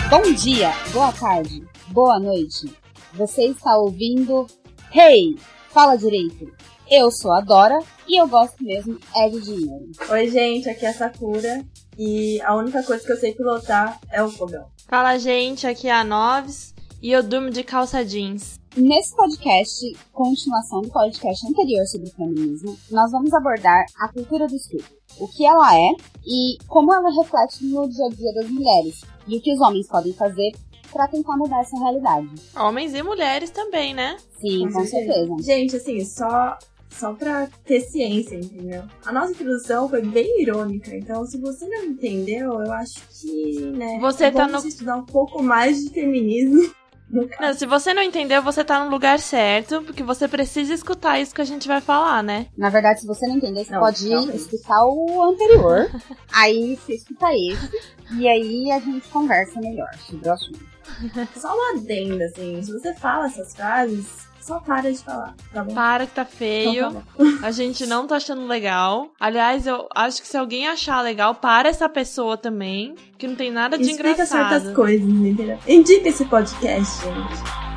Bom dia, boa tarde, boa noite. Você está ouvindo Hey, Fala Direito. Eu sou a Dora e eu gosto mesmo é de dinheiro. Oi gente, aqui é a Sakura e a única coisa que eu sei pilotar é o fogão. Fala gente, aqui é a Noves e eu durmo de calça jeans. Nesse podcast, continuação do podcast anterior sobre o feminismo, nós vamos abordar a cultura do estupro, o que ela é e como ela reflete no dia a dia das mulheres, e o que os homens podem fazer para tentar mudar essa realidade. Homens e mulheres também, né? Sim, com certeza. Gente, assim, só pra ter ciência, entendeu? A nossa introdução foi bem irônica, então se você não entendeu, eu acho que, né, você tá no... estudar um pouco mais de feminismo. Não, se você não entendeu, você tá no lugar certo, porque você precisa escutar isso que a gente vai falar, né? Na verdade, se você não entender, você pode escutar o anterior, aí você escuta esse, e aí a gente conversa melhor sobre o assunto. Só uma adenda, assim, se você fala essas frases, só para de falar, tá bom? Para que tá feio, então, tá bom. A gente não tá achando legal. Aliás, eu acho que se alguém achar legal, para essa pessoa também, que não tem nada de Explica engraçado. certas coisas, entendeu? Indica esse podcast, gente.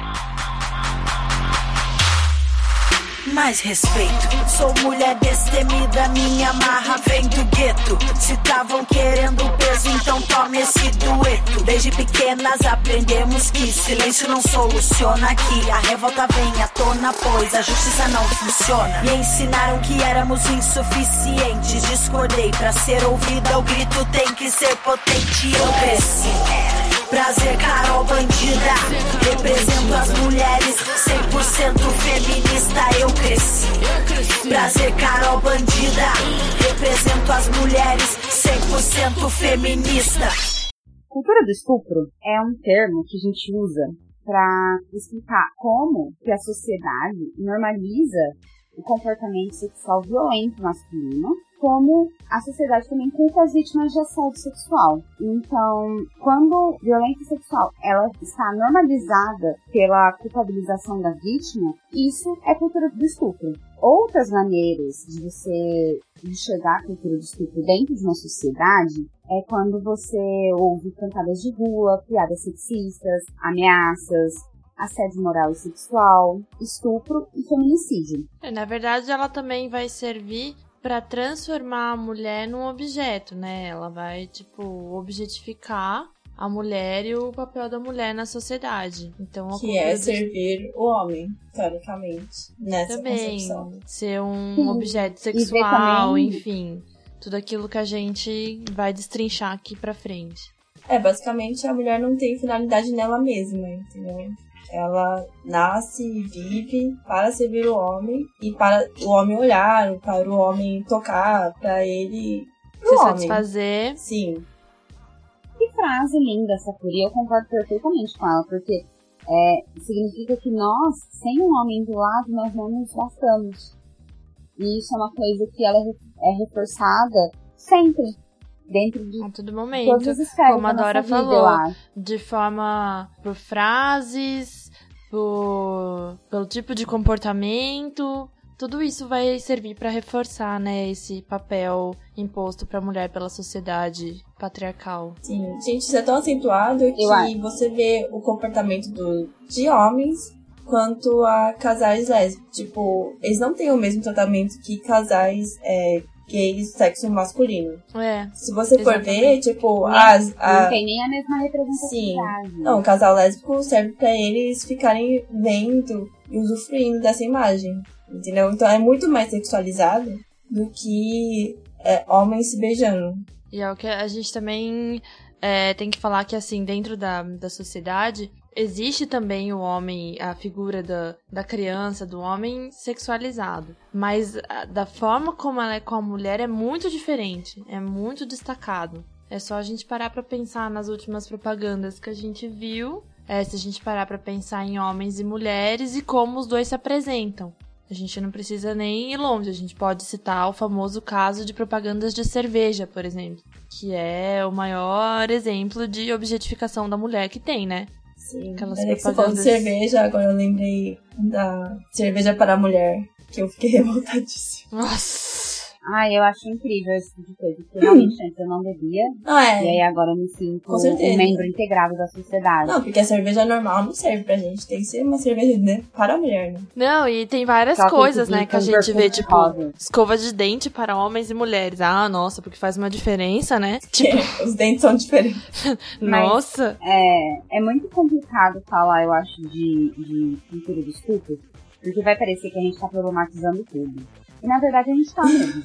Mais respeito, sou mulher destemida, minha marra vem do gueto. Se tavam querendo peso, então tome esse dueto. Desde pequenas aprendemos que silêncio não soluciona, que a revolta vem à tona, pois a justiça não funciona. Me ensinaram que éramos insuficientes, discordei, pra ser ouvida o grito tem que ser potente. Eu cresci, prazer, Carol bandida, represento as mulheres, 100% feminista. Eu cresci, prazer, Carol bandida, represento as mulheres, 100% feminista. Cultura do estupro é um termo que a gente usa para explicar como que a sociedade normaliza o comportamento sexual violento masculino, como a sociedade também culpa as vítimas de assédio sexual. Então, quando violência sexual ela está normalizada pela culpabilização da vítima, isso é cultura do estupro. Outras maneiras de você enxergar a cultura do estupro dentro de uma sociedade é quando você ouve cantadas de rua, piadas sexistas, ameaças, assédio moral e sexual, estupro e feminicídio. Na verdade, ela também vai servir para transformar a mulher num objeto, né? Ela vai, objetificar a mulher e o papel da mulher na sociedade. Então, que é servir o homem, teoricamente, nessa também concepção. Ser um objeto sexual, enfim. Tudo aquilo que a gente vai destrinchar aqui pra frente. Basicamente, a mulher não tem finalidade nela mesma, entendeu? Ela nasce e vive para servir o homem e para o homem olhar, para o homem tocar, para ele se satisfazer. Sim. Que frase linda, Sakura, e eu concordo perfeitamente com ela, porque significa que nós, sem um homem do lado, nós não nos bastamos. E isso é uma coisa que ela é reforçada sempre. Dentro de a todo momento, todas as esferas como a Dora vida, falou, de forma por frases, pelo tipo de comportamento, tudo isso vai servir para reforçar, né, esse papel imposto para a mulher pela sociedade patriarcal. Sim, gente, isso é tão acentuado que você vê o comportamento de homens quanto a casais lésbicos. Tipo, eles não têm o mesmo tratamento que casais gays, sexo masculino. Se você for ver, não tem nem a mesma representatividade. Sim. Não, o casal lésbico serve pra eles ficarem vendo e usufruindo dessa imagem, entendeu? Então é muito mais sexualizado do que homens se beijando. E é o que a gente também tem que falar que, assim, dentro da sociedade, existe também o homem, a figura da criança, do homem sexualizado. Mas da forma como ela é com a mulher é muito diferente, é muito destacado. É só a gente parar pra pensar nas últimas propagandas que a gente viu, se a gente parar pra pensar em homens e mulheres e como os dois se apresentam. A gente não precisa nem ir longe, a gente pode citar o famoso caso de propagandas de cerveja, por exemplo, que é o maior exemplo de objetificação da mulher que tem, né? Sim, você falou de cerveja, agora eu lembrei da cerveja para a mulher, que eu fiquei revoltadíssima. Nossa! Ai, eu acho incrível esse tipo de coisa, porque realmente antes eu não bebia, e aí agora eu me sinto um membro integrado da sociedade. Não, porque a cerveja normal não serve pra gente, tem que ser uma cerveja, né, para a mulher, né? Não, e tem várias coisas, né, que a gente vê, tipo, escova de dente para homens e mulheres. Ah, nossa, porque faz uma diferença, né? Tipo... os dentes são diferentes. Nossa! É muito complicado falar, eu acho, de cultura do estupro, porque vai parecer que a gente tá problematizando tudo. E na verdade a gente tá mesmo.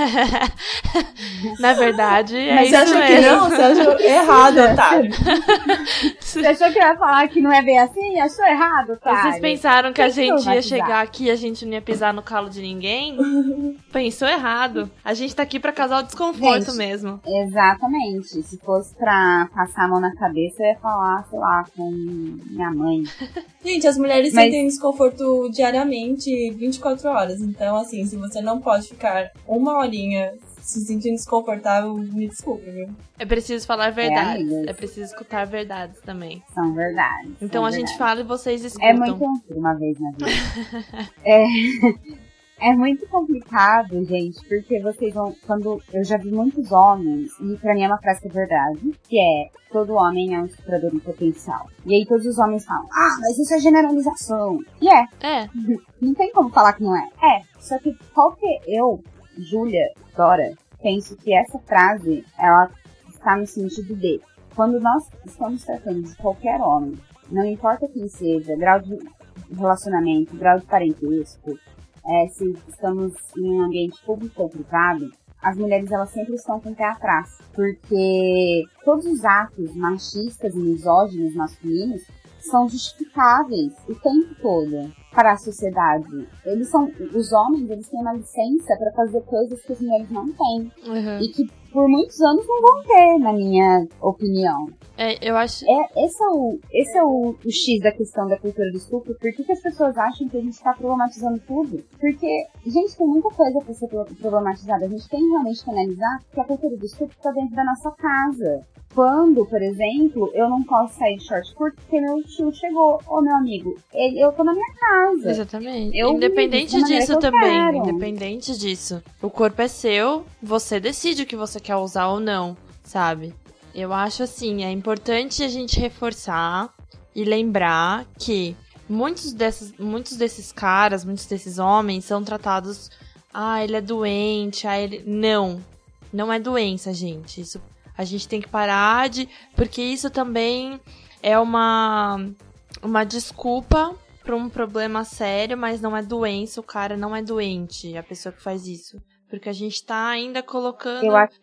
Na verdade, mas isso você acha mesmo. Que não? Você achou errado, otário. Você achou que eu ia falar que não é bem assim? Achou errado, otário. Vocês pensaram que a gente ia chegar aqui e a gente não ia pisar no calo de ninguém? Pensou errado. A gente tá aqui pra causar o desconforto mesmo. Exatamente. Se fosse pra passar a mão na cabeça, eu ia falar, sei lá, com minha mãe. Gente, as mulheres sentem desconforto diariamente, 24 horas. Então, assim, se você não pode ficar uma horinha se sentindo desconfortável, me desculpe, viu? É preciso falar verdades. É preciso escutar verdades também. São verdades. Então a gente fala e vocês escutam. É muito uma vez na vida. É muito complicado, gente, porque vocês vão... Quando eu já vi muitos homens, e pra mim é uma frase que é verdade, que é: todo homem é um estuprador em potencial. E aí todos os homens falam: ah, mas isso é generalização. E não tem como falar que não é. Só que eu, Júlia, Dora, penso que essa frase, ela está no sentido de: quando nós estamos tratando de qualquer homem, não importa quem seja, grau de relacionamento, grau de parentesco, se estamos em um ambiente público ou privado, as mulheres elas sempre estão com o pé atrás, porque todos os atos machistas e misóginos masculinos são justificáveis o tempo todo para a sociedade. Os homens, eles têm uma licença para fazer coisas que as mulheres não têm. Uhum. E que por muitos anos não vão ter, na minha opinião. Eu acho... Esse é o X da questão da cultura do estupro. Por que as pessoas acham que a gente está problematizando tudo? Porque, gente, tem muita coisa para ser problematizada. A gente tem realmente que analisar que a cultura do estupro está dentro da nossa casa. Quando, por exemplo, eu não posso sair de short curto porque meu tio chegou. Ô, meu amigo, eu tô na minha casa. Exatamente. Independente disso também. Independente disso. O corpo é seu, você decide o que você quer usar ou não, sabe? Eu acho assim, é importante a gente reforçar e lembrar que muitos desses caras, muitos desses homens são tratados... Ah, ele é doente, não é doença, gente. Isso a gente tem que parar porque isso também é uma desculpa para um problema sério, mas não é doença, o cara não é doente, a pessoa que faz isso. Porque a gente tá ainda colocando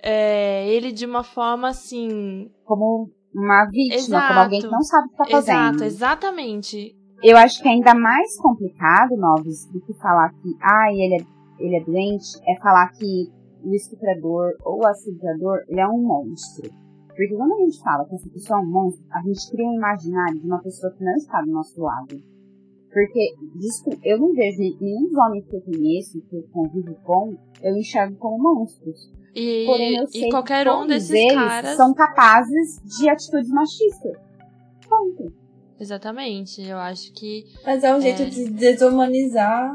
ele de uma forma assim... como uma vítima, como alguém que não sabe o que tá fazendo. Exatamente. Eu acho que é ainda mais complicado, Noves, do que falar que ele é doente, é falar que o estuprador ou o assediador, ele é um monstro. Porque quando a gente fala que essa pessoa é um monstro, a gente cria um imaginário de uma pessoa que não está do nosso lado. Porque eu não vejo nenhum dos homens que eu conheço, que eu convivo com, eu enxergo como monstros. Porém, eu sei qualquer que um desses eles caras são capazes de atitudes machistas. Ponto. Exatamente, eu acho que... Mas é um jeito de desumanizar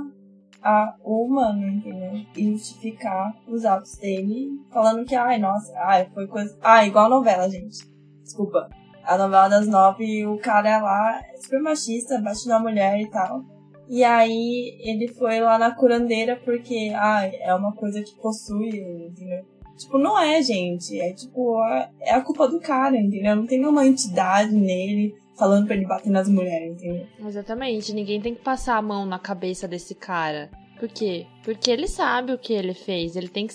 o humano, entendeu? E justificar os atos dele, falando que, foi coisa... igual novela, gente. Desculpa. A novela das 9, o cara lá é super machista, bate na mulher e tal. E aí ele foi lá na curandeira porque, é uma coisa que possui, entendeu? Tipo, não é, gente. É tipo, é a culpa do cara, entendeu? Não tem nenhuma entidade nele falando pra ele bater nas mulheres, entendeu? Exatamente. Ninguém tem que passar a mão na cabeça desse cara. Por quê? Porque ele sabe o que ele fez. Ele tem que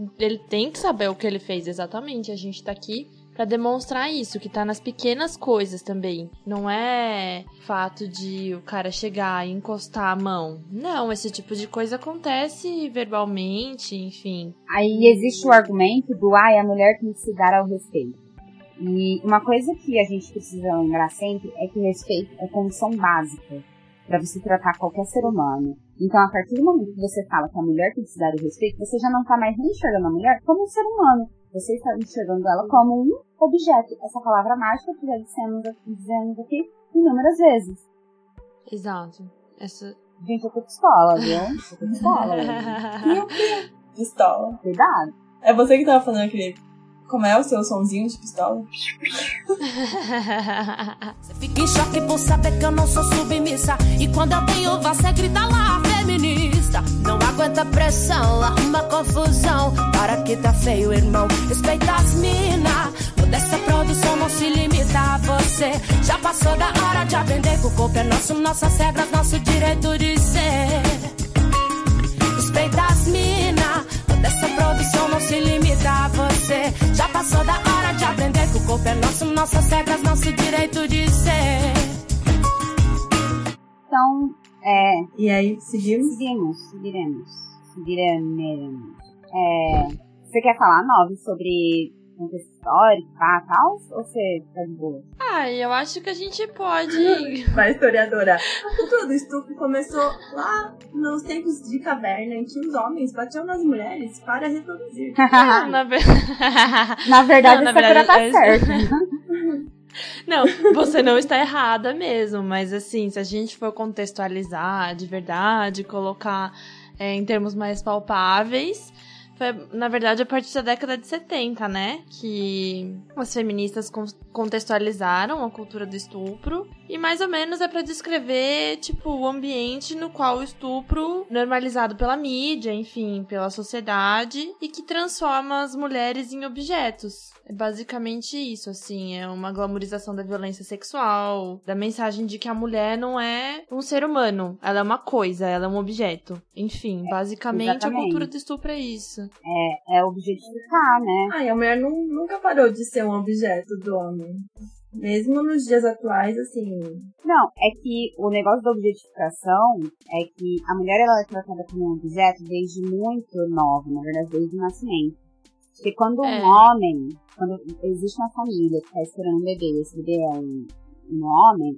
saber o que ele fez, exatamente. A gente tá aqui pra demonstrar isso, que tá nas pequenas coisas também. Não é fato de o cara chegar e encostar a mão. Não, esse tipo de coisa acontece verbalmente, enfim. Aí existe o argumento do, a mulher tem que se dar ao respeito. E uma coisa que a gente precisa lembrar sempre é que o respeito é condição básica pra você tratar qualquer ser humano. Então, a partir do momento que você fala que a mulher tem que se dar o respeito, você já não tá mais nem enxergando a mulher como um ser humano. Você está enxergando ela como um objeto. Essa palavra mágica que já dizemos aqui inúmeras vezes. Exato. Gente, eu tô pistola, viu? Eu tô pistola. pistola. Cuidado. É você que tava fazendo aquele... Como é o seu sonzinho de pistola? Você fica em choque por saber que eu não sou submissa. E quando eu tenho voz, você grita lá, feminista. Não aguenta pressão, arruma confusão. Para que tá feio, irmão. Respeita as mina. Toda essa produção não se limita a você. Já passou da hora de aprender que o corpo é nosso, nossas regras, nosso direito de ser. Respeita as mina. Toda essa produção não se limita a você. Já passou da hora de aprender que o corpo é nosso, nossas regras, nosso direito de ser. Então, E aí, seguimos? Seguiremos. Você quer falar, Nove, sobre contexto histórico, tal? Ou você tá de boa? Eu acho que a gente pode... Vai, historiadora. A cultura do estupro começou lá nos tempos de caverna, em que os homens batiam nas mulheres para reproduzir. Na verdade, essa cura tá certa. Não, você não está errada mesmo, mas assim, se a gente for contextualizar de verdade, colocar em termos mais palpáveis, foi, na verdade, a partir da década de 70, né, que as feministas contextualizaram a cultura do estupro, e mais ou menos é pra descrever, tipo, o ambiente no qual o estupro, normalizado pela mídia, enfim, pela sociedade, e que transforma as mulheres em objetos. É basicamente isso, assim, é uma glamorização da violência sexual, da mensagem de que a mulher não é um ser humano, ela é uma coisa, ela é um objeto. Enfim, basicamente exatamente. A cultura do estupro é isso. É objetificar, né? E a mulher nunca parou de ser um objeto do homem. Mesmo nos dias atuais, assim... Não, é que o negócio da objetificação é que a mulher ela é tratada como um objeto desde muito nova, na verdade, desde o nascimento. Porque quando um homem, quando existe uma família que está esperando um bebê, esse bebê é um homem,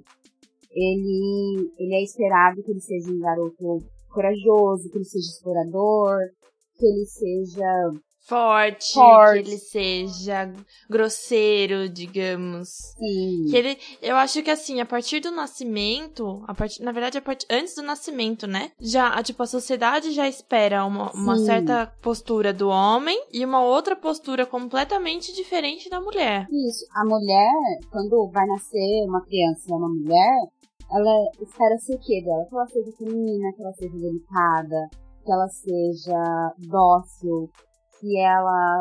ele é esperado que ele seja um garoto corajoso, que ele seja explorador, que ele seja forte, que ele seja grosseiro, digamos. Sim. Que eu acho que assim, a partir do nascimento, na verdade, antes do nascimento, né? Já, tipo, a sociedade já espera uma certa postura do homem e uma outra postura completamente diferente da mulher. Isso. A mulher, quando vai nascer uma criança, uma mulher, ela espera ser o quê dela? Que ela seja feminina, que ela seja delicada, que ela seja dócil, que ela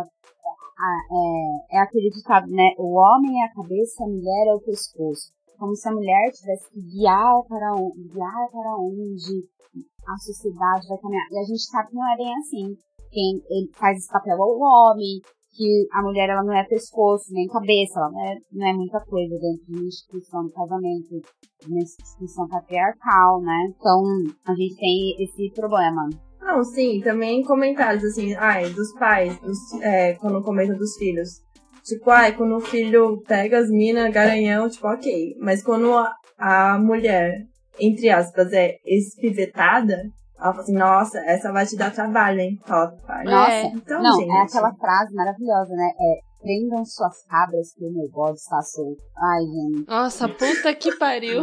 é aquele ditado, né? O homem é a cabeça, a mulher é o pescoço. Como se a mulher tivesse que guiar para onde a sociedade vai caminhar. E a gente sabe que não é bem assim. Quem ele faz esse papel é o homem, que a mulher ela não é pescoço, nem cabeça, ela não é muita coisa dentro de uma instituição de casamento, de uma instituição patriarcal, né? Então, a gente tem esse problema. Não, sim, também comentários assim, dos pais, quando comenta dos filhos. Tipo, quando o filho pega as minas, garanhão, tipo, ok. Mas quando a mulher, entre aspas, é espivetada, ela fala assim, nossa, essa vai te dar trabalho, hein? Fala pro pai. Nossa, então, não, gente... é aquela frase maravilhosa, né? Prendam suas cabras que o meu bode está solto. Ai, gente. Nossa, puta que pariu.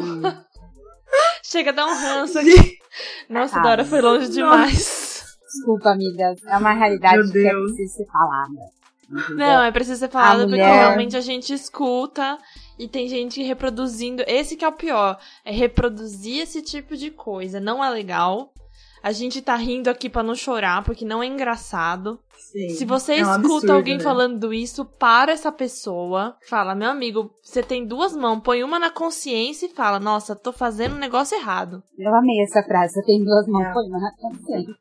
Chega a dar um ranço aqui. Nossa, a Dora foi longe demais. Desculpa, amiga. É uma realidade que é preciso ser falada. Entendeu? Não, é preciso ser falada porque realmente a gente escuta e tem gente reproduzindo. Esse que é o pior. É reproduzir esse tipo de coisa. Não é legal. A gente tá rindo aqui pra não chorar, porque não é engraçado. Sim, se você escuta absurdo, alguém né? falando isso, para essa pessoa. Fala, meu amigo, você tem duas mãos, põe uma na consciência e fala, nossa, tô fazendo um negócio errado. Eu amei essa frase, você tem duas mãos, põe uma na consciência.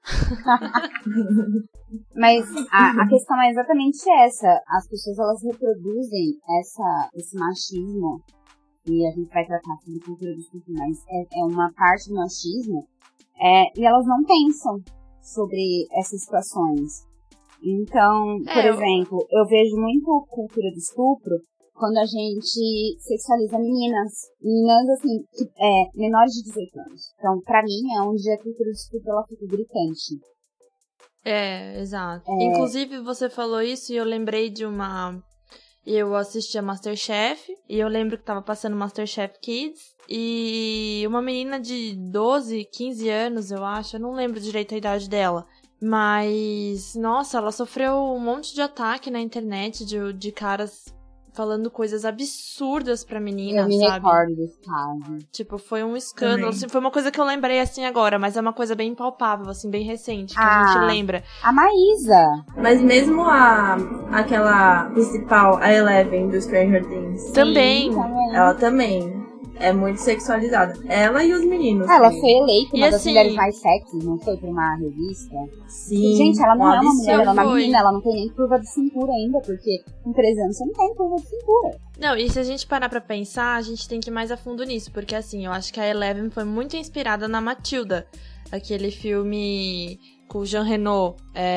Mas a questão é exatamente essa. As pessoas, elas reproduzem esse machismo, e a gente vai tratar sobre cultura do estupro, mas é uma parte do machismo, e elas não pensam sobre essas situações. Então, por exemplo, eu vejo muito cultura do estupro quando a gente sexualiza meninas, assim, menores de 18 anos. Então, pra mim, é onde a cultura do estupro ela fica gritante. Exato. Inclusive, você falou isso e eu lembrei de eu assistia Masterchef e eu lembro que tava passando Masterchef Kids e uma menina de 12, 15 anos, eu acho, eu não lembro direito a idade dela, Mas, nossa, ela sofreu um monte de ataque na internet de caras falando coisas absurdas pra menina, sabe? Eu me recordo desse caso. Tipo, foi um escândalo. Assim, foi uma coisa que eu lembrei, assim, agora. Mas é uma coisa bem palpável, assim, bem recente. Que a gente lembra. A Maísa. Mas mesmo aquela principal, a Eleven, do Stranger Things. Também. Ela também é muito sexualizada. Ela e os meninos. Ela foi eleita uma das assim, mulheres mais sexy, não foi? Por uma revista. Sim. Gente, ela não é uma mulher, ela é uma foi. menina. Ela não tem nem curva de cintura ainda, porque com 13 anos você não tem curva de cintura. Não, e se a gente parar pra pensar, a gente tem que ir mais a fundo nisso. Porque, assim, eu acho que a Eleven foi muito inspirada na Matilda. Aquele filme com o Jean Reno.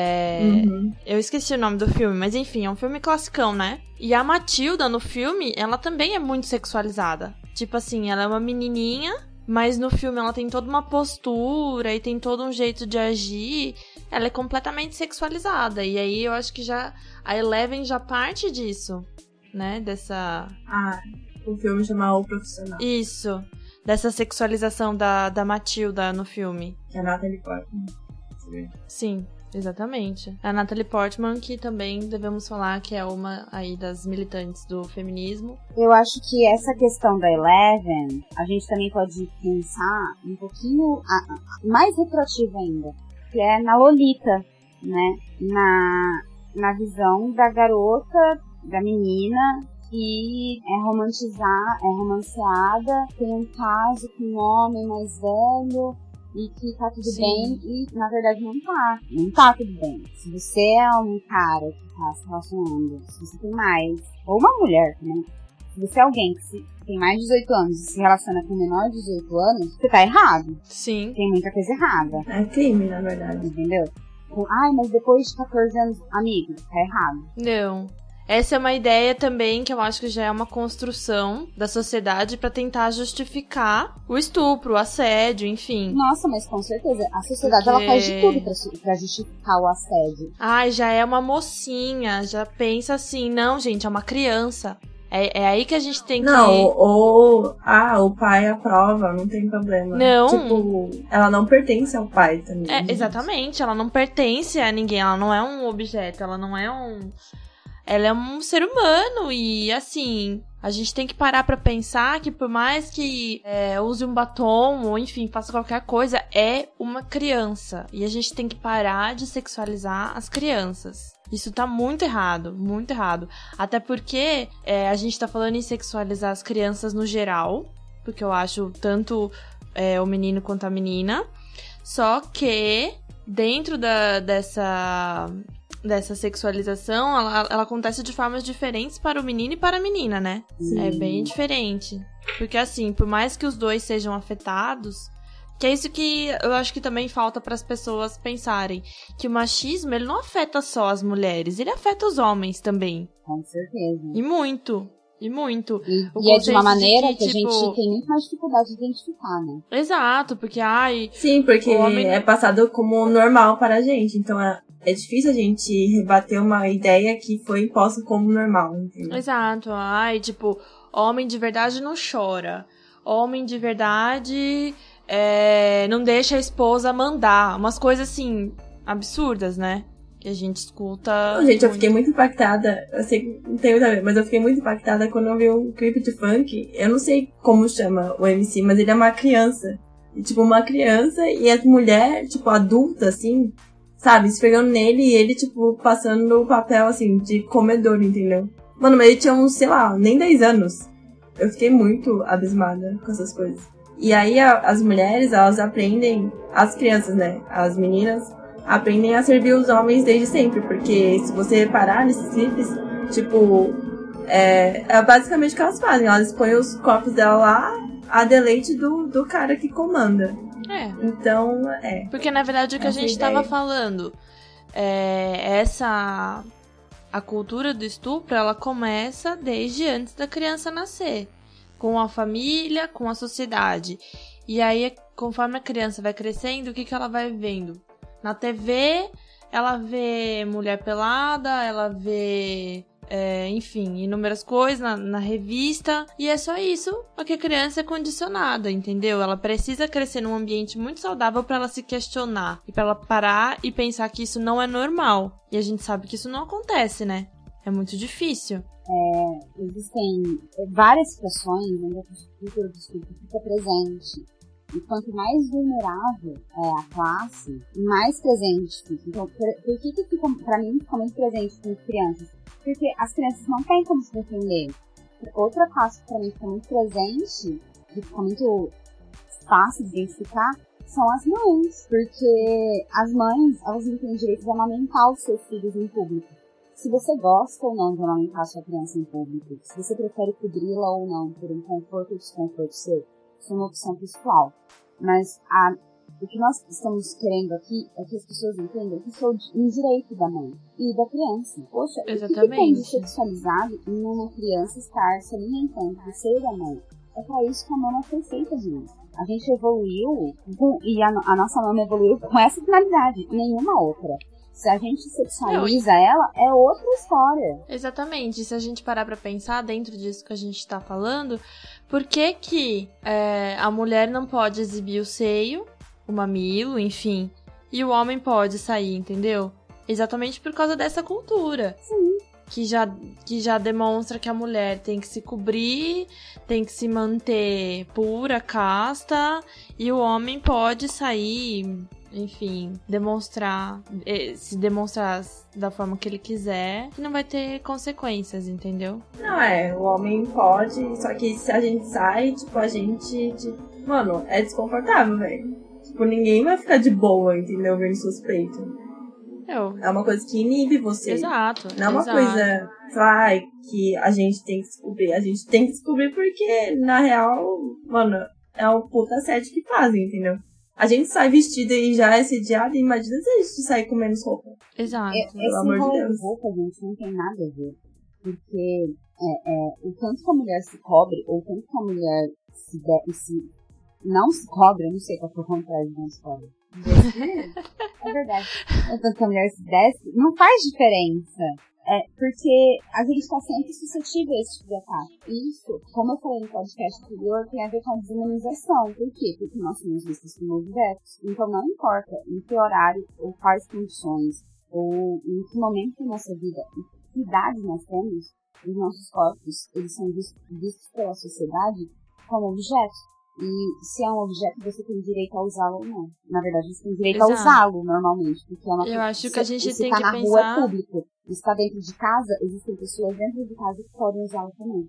Eu esqueci o nome do filme, mas enfim, é um filme classicão, né? E a Matilda, no filme, ela também é muito sexualizada. Tipo assim, ela é uma menininha, mas no filme ela tem toda uma postura e tem todo um jeito de agir. Ela é completamente sexualizada. E aí eu acho que já a Eleven já parte disso, né? Dessa... O filme chama O Profissional. Isso. Dessa sexualização da Matilda no filme. Que é a Natalie Portman. Sim, exatamente. A Natalie Portman, que também devemos falar que é uma aí das militantes do feminismo. Eu acho que essa questão da Eleven, a gente também pode pensar um pouquinho mais retroativo ainda, que é na Lolita, né? Na visão da garota, da menina, que é romanceada, tem um caso com um homem mais velho e que tá tudo bem, e na verdade não tá tudo bem. Se você é um cara que tá se relacionando, se você tem mais, ou uma mulher também, se você é alguém que tem mais de 18 anos e se relaciona com menor de 18 anos, você tá errado. Sim. Tem muita coisa errada. É crime, na verdade. Entendeu? Mas depois de 14 anos, amigo, tá errado. Não. Essa é uma ideia também que eu acho que já é uma construção da sociedade pra tentar justificar o estupro, o assédio, enfim. Nossa, mas com certeza. A sociedade, ela faz de tudo pra justificar o assédio. Já é uma mocinha, já pensa assim, não, gente, é uma criança. É aí que a gente tem que... Não, ou o pai aprova, não tem problema. Não. Tipo, ela não pertence ao pai também. Exatamente, ela não pertence a ninguém, ela não é um objeto, ela não é um... Ela é um ser humano e, assim, a gente tem que parar pra pensar que por mais que use um batom ou, enfim, faça qualquer coisa, é uma criança. E a gente tem que parar de sexualizar as crianças. Isso tá muito errado, muito errado. Até porque a gente tá falando em sexualizar as crianças no geral, porque eu acho tanto o menino quanto a menina. Só que dentro dessa sexualização, ela acontece de formas diferentes para o menino e para a menina, né? Sim. É bem diferente. Porque, assim, por mais que os dois sejam afetados, que é isso que eu acho que também falta para as pessoas pensarem, que o machismo, ele não afeta só as mulheres, ele afeta os homens também. Com certeza. E muito. E muito. E é de uma maneira que a gente tem muito mais dificuldade de identificar, né? Exato, porque, Sim, porque é passado como normal para a gente, então é difícil a gente rebater uma ideia que foi imposta como normal, entendeu? Exato. Tipo, homem de verdade não chora. Homem de verdade não deixa a esposa mandar. Umas coisas, assim, absurdas, né? Que a gente escuta... Não, gente, eu fiquei muito impactada. Eu sei que não tem muito a ver, mas eu fiquei muito impactada quando eu vi um clipe de funk. Eu não sei como chama o MC, mas ele é uma criança. E, tipo, uma criança e a mulher, tipo, adulta, assim... Sabe, esfregando nele e ele, tipo, passando o papel, assim, de comedor, entendeu? Mano, mas ele tinha uns, sei lá, nem 10 anos. Eu fiquei muito abismada com essas coisas. E aí, as mulheres, elas aprendem, as crianças, né, as meninas, aprendem a servir os homens desde sempre. Porque se você reparar nesses clipes, tipo, é basicamente o que elas fazem. Elas põem os copos dela lá, a deleite do cara que comanda. Então, Porque, na verdade, o que a gente tava falando a cultura do estupro, ela começa desde antes da criança nascer. Com a família, com a sociedade. E aí, conforme a criança vai crescendo, o que ela vai vendo? Na TV, ela vê mulher pelada, ela vê enfim, inúmeras coisas na revista, e é só isso a que a criança é condicionada, entendeu? Ela precisa crescer num ambiente muito saudável pra ela se questionar, e pra ela parar e pensar que isso não é normal. E a gente sabe que isso não acontece, né? É muito difícil. Existem várias situações onde a cultura do estupro fica presente. E quanto mais vulnerável é a classe, mais presente fica. Então, por que fica, pra mim, fica muito presente com as crianças? Porque as crianças não têm como se defender. Outra classe que pra mim fica muito presente, que fica muito fácil de identificar, são as mães. Porque as mães, elas não têm direito de amamentar os seus filhos em público. Se você gosta ou não de amamentar sua criança em público, se você prefere cobri-la ou não por um conforto ou desconforto seu, isso é uma opção pessoal. Mas o que nós estamos querendo aqui é que as pessoas entendam que isso é um direito da mãe e da criança. Poxa, exatamente. O que tem de sexualizado em uma criança estar se alimentando do seio da mãe? É pra isso que a mama foi feita, gente. A gente evoluiu e a nossa mama evoluiu com essa finalidade, nenhuma outra. Se a gente sexualiza ela, é outra história. Exatamente. Se a gente parar pra pensar dentro disso que a gente tá falando, por que a mulher não pode exibir o seio, o mamilo, enfim, e o homem pode sair, entendeu? Exatamente por causa dessa cultura. Sim. Que já demonstra que a mulher tem que se cobrir, tem que se manter pura, casta, e o homem pode sair, enfim, se demonstrar da forma que ele quiser, que não vai ter consequências, entendeu? Não, o homem pode, só que se a gente sai, tipo, a gente, mano, é desconfortável, velho. Tipo, ninguém vai ficar de boa, entendeu, vendo suspeito. É uma coisa que inibe você. Exato. Não é uma coisa, que a gente tem que descobrir. A gente tem que descobrir porque, na real, mano, é um puta assédio que fazem, entendeu? A gente sai vestida e já é assediada, imagina se a gente sair com menos roupa. Exato. Pelo amor de Deus. Roupa, gente, não tem nada a ver. Porque o tanto que a mulher se cobre, ou o tanto que a mulher não se cobre, eu não sei qual foi o contrário de não se cobre. É verdade. O tanto que a mulher se desce, não faz diferença. Porque a gente tá sempre suscetível a esse tipo de ataque. Isso, como eu falei no podcast anterior, tem a ver com a desumanização. Por quê? Porque nós somos vistos como objetos. Então não importa em que horário, ou quais condições, ou em que momento da nossa vida, e que idade nós temos, os nossos corpos, eles são vistos pela sociedade como objetos. E se é um objeto, você tem direito a usá-lo ou não. Na verdade, você tem direito a usá-lo normalmente. Porque eu acho que a gente tem que pensar... na rua é público. Se está dentro de casa, existem pessoas dentro de casa que podem usá-lo também.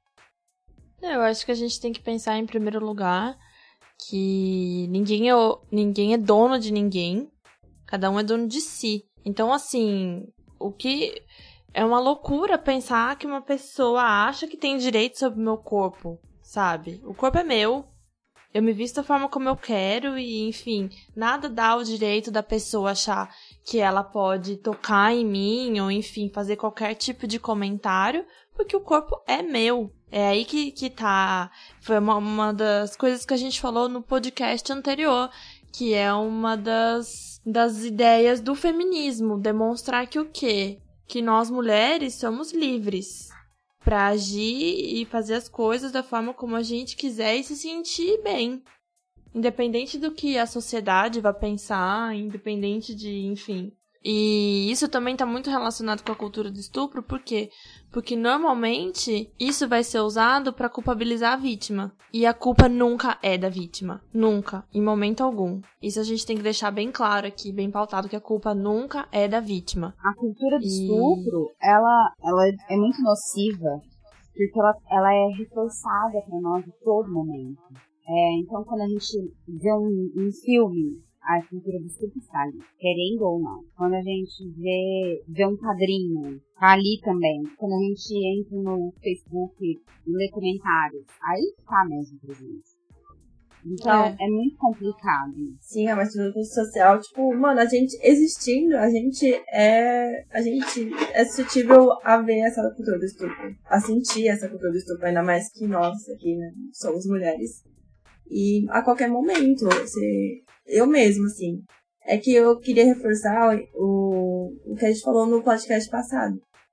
Eu acho que a gente tem que pensar, em primeiro lugar, que ninguém é dono de ninguém. Cada um é dono de si. Então, assim, o que... É uma loucura pensar que uma pessoa acha que tem direito sobre o meu corpo, sabe? O corpo é meu. Eu me visto da forma como eu quero e, enfim, nada dá o direito da pessoa achar que ela pode tocar em mim ou, enfim, fazer qualquer tipo de comentário, porque o corpo é meu. É aí que tá. Foi uma das coisas que a gente falou no podcast anterior, que é uma das ideias do feminismo, demonstrar que o quê? Que nós mulheres somos livres pra agir e fazer as coisas da forma como a gente quiser e se sentir bem. Independente do que a sociedade vai pensar, independente de, enfim. E isso também tá muito relacionado com a cultura do estupro, por quê? Porque normalmente isso vai ser usado pra culpabilizar a vítima. E a culpa nunca é da vítima. Nunca. Em momento algum. Isso a gente tem que deixar bem claro aqui, bem pautado, que a culpa nunca é da vítima. A cultura do estupro, ela é muito nociva, porque ela é reforçada pra nós a todo momento. Então, quando a gente vê um filme, a cultura do estupro está ali, querendo ou não. Quando a gente vê um padrinho, tá ali também. Quando a gente entra no Facebook e lê comentários, aí tá mesmo presente. Então, é muito complicado. Sim, a masturbação social, tipo, mano, a gente existindo, a gente é suscetível a ver essa cultura do estupro, a sentir essa cultura do estupro, ainda mais que nós aqui, né, somos mulheres. E a qualquer momento, eu mesmo, assim, é que eu queria reforçar o que a gente falou no podcast passado.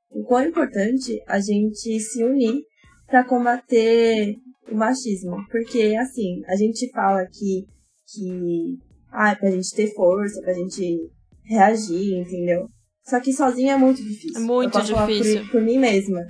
o quão é importante a gente se unir pra combater o machismo. Porque, assim, a gente fala que pra gente ter força, pra gente reagir, entendeu? Só que sozinha é muito difícil. É muito eu posso difícil. Falar por mim mesma.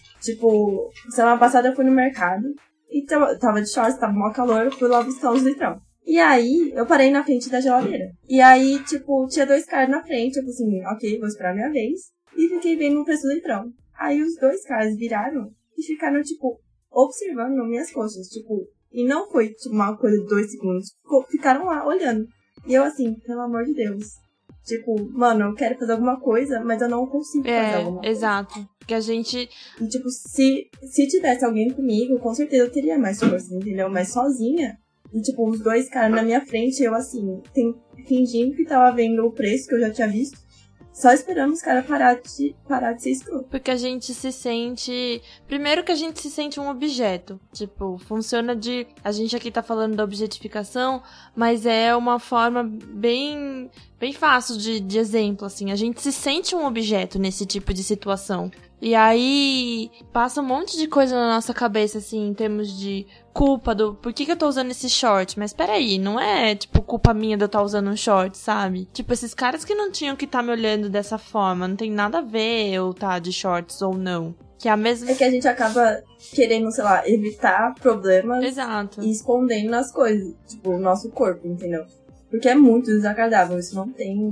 Tipo, semana passada eu fui no mercado e tava de shorts, tava mó calor, fui lá buscar uns litrão. E aí, eu parei na frente da geladeira. E aí, tipo, tinha 2 caras na frente, eu falei assim, ok, vou esperar a minha vez. E fiquei vendo o preço do litrão. Aí os 2 caras viraram e ficaram, tipo, observando minhas coxas, tipo, e não foi, tipo, uma coisa de 2 segundos. Ficaram lá, olhando. E eu assim, pelo amor de Deus. Tipo, mano, eu quero fazer alguma coisa, mas eu não consigo fazer alguma coisa. Exato. Porque a gente... E, tipo, se tivesse alguém comigo, com certeza eu teria mais força, entendeu? Mas sozinha, e, tipo, os 2 caras na minha frente, eu, assim, fingindo que tava vendo o preço que eu já tinha visto, só esperando os caras parar de ser escroto. Porque a gente se sente... Primeiro que a gente se sente um objeto. Tipo, funciona de... A gente aqui tá falando da objetificação, mas é uma forma bem fácil de exemplo, assim. A gente se sente um objeto nesse tipo de situação. E aí, passa um monte de coisa na nossa cabeça, assim, em termos de culpa do... Por que eu tô usando esse short? Mas peraí, não é, tipo, culpa minha de eu estar usando um short, sabe? Tipo, esses caras que não tinham que estar me olhando dessa forma, não tem nada a ver eu estar de shorts ou não. Que é a mesma... É que a gente acaba querendo, sei lá, evitar problemas. Exato. E escondendo as coisas, tipo, o nosso corpo, entendeu? Porque é muito desagradável, isso não tem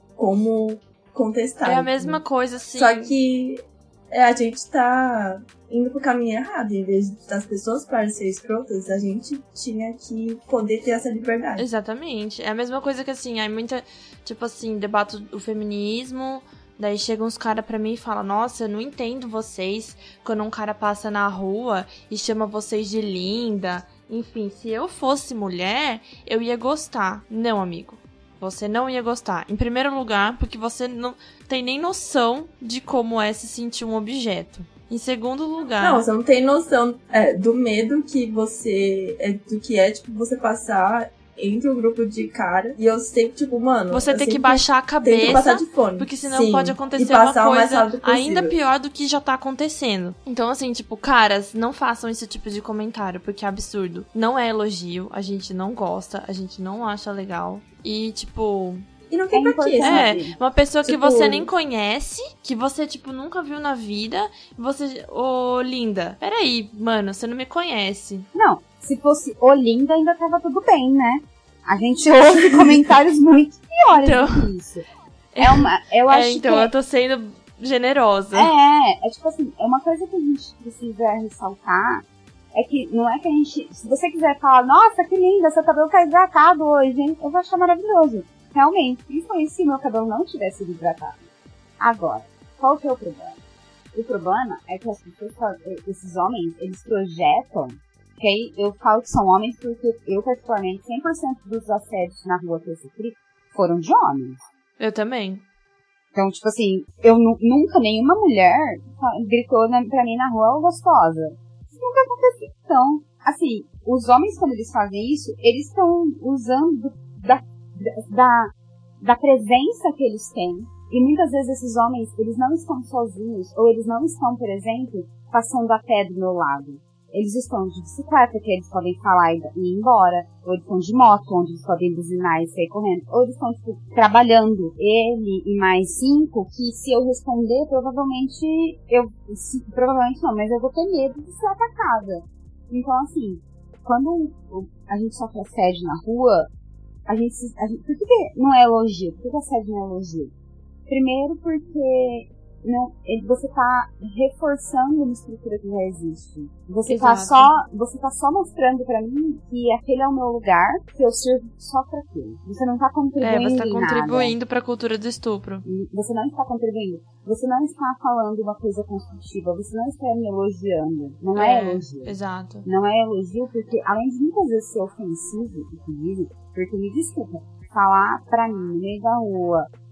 como contestar. É a mesma coisa, assim. Só que a gente tá indo pro caminho errado. Em vez das pessoas parecerem escrotas, a gente tinha que poder ter essa liberdade. Exatamente. É a mesma coisa que, assim, há muita... Tipo assim, debato o feminismo... Daí chegam uns caras pra mim e falam, nossa, eu não entendo vocês quando um cara passa na rua e chama vocês de linda. Enfim, se eu fosse mulher, eu ia gostar. Não, amigo. Você não ia gostar. Em primeiro lugar, porque você não tem nem noção de como é se sentir um objeto. Em segundo lugar... Não, você não tem noção do medo que você... do que é, tipo, você passar... entre um grupo de cara e eu sempre, tipo, mano... Você tem que baixar a cabeça, tem que passar de fone. Porque senão Sim, pode acontecer uma coisa ainda possível. pior do que já tá acontecendo. Então, assim, tipo, caras, não façam esse tipo de comentário, porque é absurdo. Não é elogio, a gente não gosta, a gente não acha legal. E, tipo... E não tem pra quê, sabe? Uma pessoa tipo... que você nem conhece, que você, tipo, nunca viu na vida, você... Ô, linda, peraí, mano, você não me conhece. Não, se fosse Olinda ainda tava tudo bem, né? A gente ouve comentários muito piores do que isso. Eu acho então, que... eu tô sendo generosa. É tipo assim, é uma coisa que a gente precisa ressaltar, é que não é que a gente... Se você quiser falar, nossa, que linda, seu cabelo tá hidratado hoje, hein? Eu vou achar maravilhoso. Realmente, principalmente se meu cabelo não tivesse sido hidratado. Agora, qual que é o problema? O problema é que as pessoas, esses homens, eles projetam, que aí eu falo que são homens porque eu, particularmente, 100% dos assédios na rua que eu sofri foram de homens. Eu também. Então, tipo assim, eu nunca, nenhuma mulher gritou pra mim na rua, ô gostosa. Isso nunca aconteceu. Então, assim, os homens, quando eles fazem isso, eles estão usando da presença que eles têm. E muitas vezes esses homens, eles não estão sozinhos, ou eles não estão, por exemplo, passando a pé do meu lado. Eles estão de bicicleta, que eles podem falar e ir embora, ou eles estão de moto, onde eles podem buzinar e sair correndo, ou eles estão, tipo, trabalhando, ele e mais 5, que se eu responder, provavelmente não, mas eu vou ter medo de ser atacada. Então, assim, quando a gente sofre assédio na rua, por que não é elogio? Por que assédio não é elogio? Primeiro porque você tá reforçando uma estrutura que já existe. Você tá só mostrando pra mim que aquele é o meu lugar, que eu sirvo só pra aquilo. Você não tá contribuindo você tá contribuindo pra cultura do estupro. Você não está contribuindo. Você não está falando uma coisa construtiva. Você não está me elogiando. Não é elogio. Exato. Não é elogio porque, além de muitas vezes ser ofensivo, porque me desculpa, falar pra mim no meio da rua,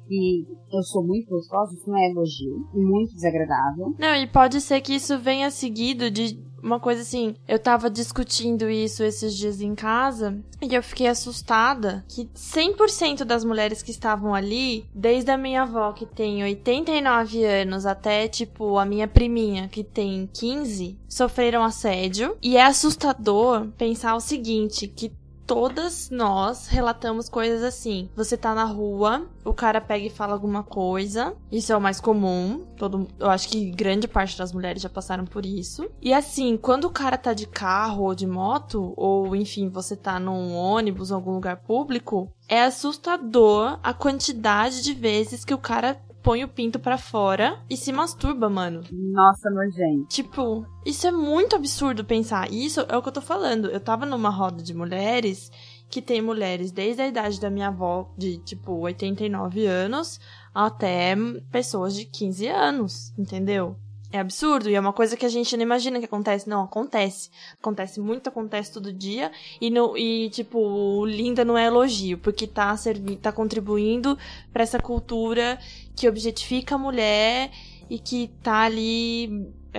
que eu sou muito gostosa, isso não é elogio, muito desagradável. Não, e pode ser que isso venha seguido de uma coisa assim, eu tava discutindo isso esses dias em casa e eu fiquei assustada que 100% das mulheres que estavam ali, desde a minha avó que tem 89 anos até tipo a minha priminha que tem 15, sofreram assédio. E é assustador pensar o seguinte, que todas nós relatamos coisas assim. Você tá na rua, o cara pega e fala alguma coisa. Isso é o mais comum. Eu acho que grande parte das mulheres já passaram por isso. E assim, quando o cara tá de carro ou de moto, ou enfim, você tá num ônibus ou algum lugar público, é assustador a quantidade de vezes que o cara põe o pinto pra fora e se masturba, mano. Nossa, nojento. Tipo, isso é muito absurdo pensar. Isso é o que eu tô falando. Eu tava numa roda de mulheres que tem mulheres desde a idade da minha avó, de tipo 89 anos, até pessoas de 15 anos, entendeu? É absurdo, e é uma coisa que a gente não imagina que acontece. Não, acontece. Acontece muito, acontece todo dia. E tipo, o linda não é elogio, porque tá contribuindo pra essa cultura que objetifica a mulher e que tá ali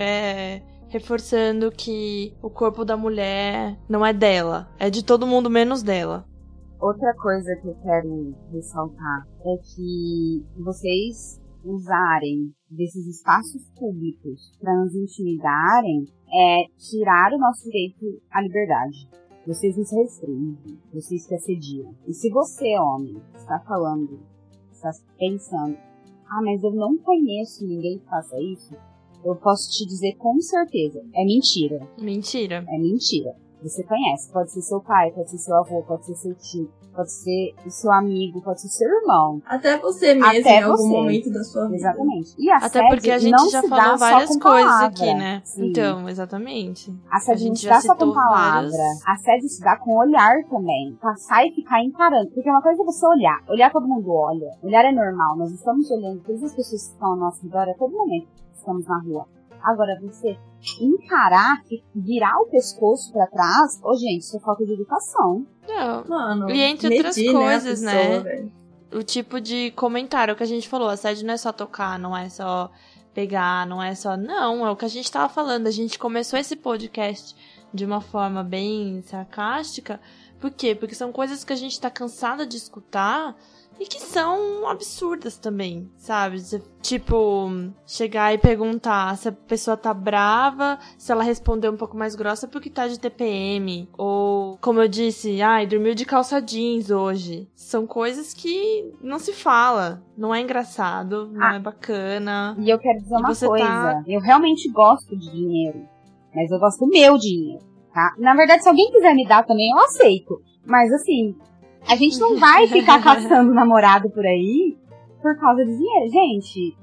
reforçando que o corpo da mulher não é dela. É de todo mundo menos dela. Outra coisa que eu quero ressaltar é que vocês usarem desses espaços públicos para nos intimidarem é tirar o nosso direito à liberdade. Vocês nos restringem, vocês que assediam. E se você, homem, está falando, está pensando, mas eu não conheço ninguém que faça isso, eu posso te dizer com certeza, é mentira. Mentira. É mentira. Você conhece, pode ser seu pai, pode ser seu avô, pode ser seu tio, pode ser o seu amigo, pode ser seu irmão. Até você mesmo, até em algum momento da sua vida. Exatamente. E assédio até porque a gente já falou várias coisas palavra. Aqui, né? Sim. Então, exatamente. Assédio não se dá só com palavra. Assédio se dá com olhar também. Passar e ficar encarando. Porque uma coisa é você olhar. Olhar, todo mundo olha. Olhar é normal. Nós estamos olhando todas as pessoas que estão ao nosso redor a todo momento que estamos na rua. Agora, você encarar e virar o pescoço pra trás, gente, isso é falta de educação. Não. Mano, e entre outras coisas, né? Véio. O tipo de comentário que a gente falou, assédio não é só tocar, não é só pegar, não é só... Não, é o que a gente tava falando. A gente começou esse podcast de uma forma bem sarcástica. Por quê? Porque são coisas que a gente tá cansada de escutar e que são absurdas também, sabe? Tipo, chegar e perguntar se a pessoa tá brava, se ela responder um pouco mais grossa porque tá de TPM. Ou, como eu disse, dormiu de calça jeans hoje. São coisas que não se fala. Não é engraçado, não é bacana. E eu quero dizer uma coisa. Eu realmente gosto de dinheiro. Mas eu gosto do meu dinheiro, tá? Na verdade, se alguém quiser me dar também, eu aceito. Mas assim... A gente não vai ficar caçando namorado por aí por causa de dinheiro, gente.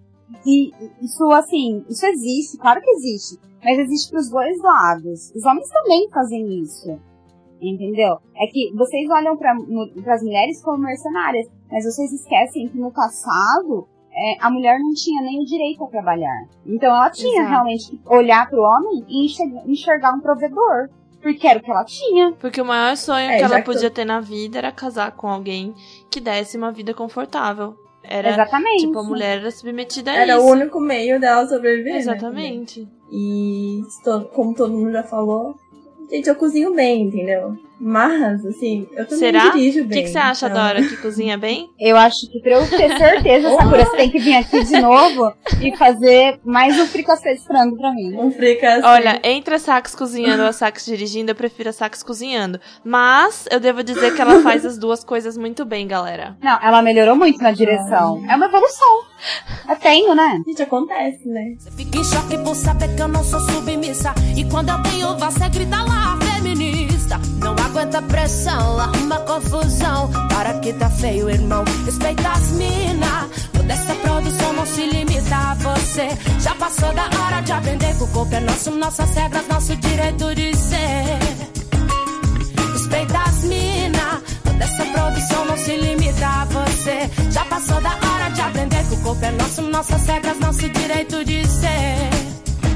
E isso, assim, isso existe, claro que existe. Mas existe pros dois lados. Os homens também fazem isso. Entendeu? É que vocês olham pras mulheres como mercenárias, mas vocês esquecem que no passado a mulher não tinha nem o direito a trabalhar. Então ela tinha realmente que olhar pro homem e enxergar um provedor. Porque era o que ela tinha. Porque o maior sonho que ela podia ter na vida era casar com alguém que desse uma vida confortável. Era, exatamente. Tipo, a mulher era submetida a era isso. Era o único meio dela sobreviver. Exatamente. Né? E, como todo mundo já falou, gente, eu cozinho bem, entendeu? Mas, assim, eu também dirijo bem. O que você acha, então... Dora, que cozinha bem? Eu acho que pra eu ter certeza, Sakura, você tem que vir aqui de novo e fazer mais um fricassê de frango pra mim. Um fricassê. Olha, entre a Sax cozinhando ou a Sax dirigindo, eu prefiro a Sax cozinhando. Mas eu devo dizer que ela faz as duas coisas muito bem, galera. Não, ela melhorou muito na direção. É uma evolução. Eu tenho, né? Gente, acontece, né? Você fica em choque por saber que eu não sou submissa. E quando alguém ouve, você grita lá, feminista. Não aguenta pressão, arruma confusão. Para que tá feio, irmão. Respeita as mina. Toda essa produção não se limita a você. Já passou da hora de aprender que o corpo é nosso, nossas regras, nosso direito de ser. Respeita as mina. Toda essa produção não se limita a você. Já passou da hora de aprender que o corpo é nosso, nossas regras, nosso direito de ser.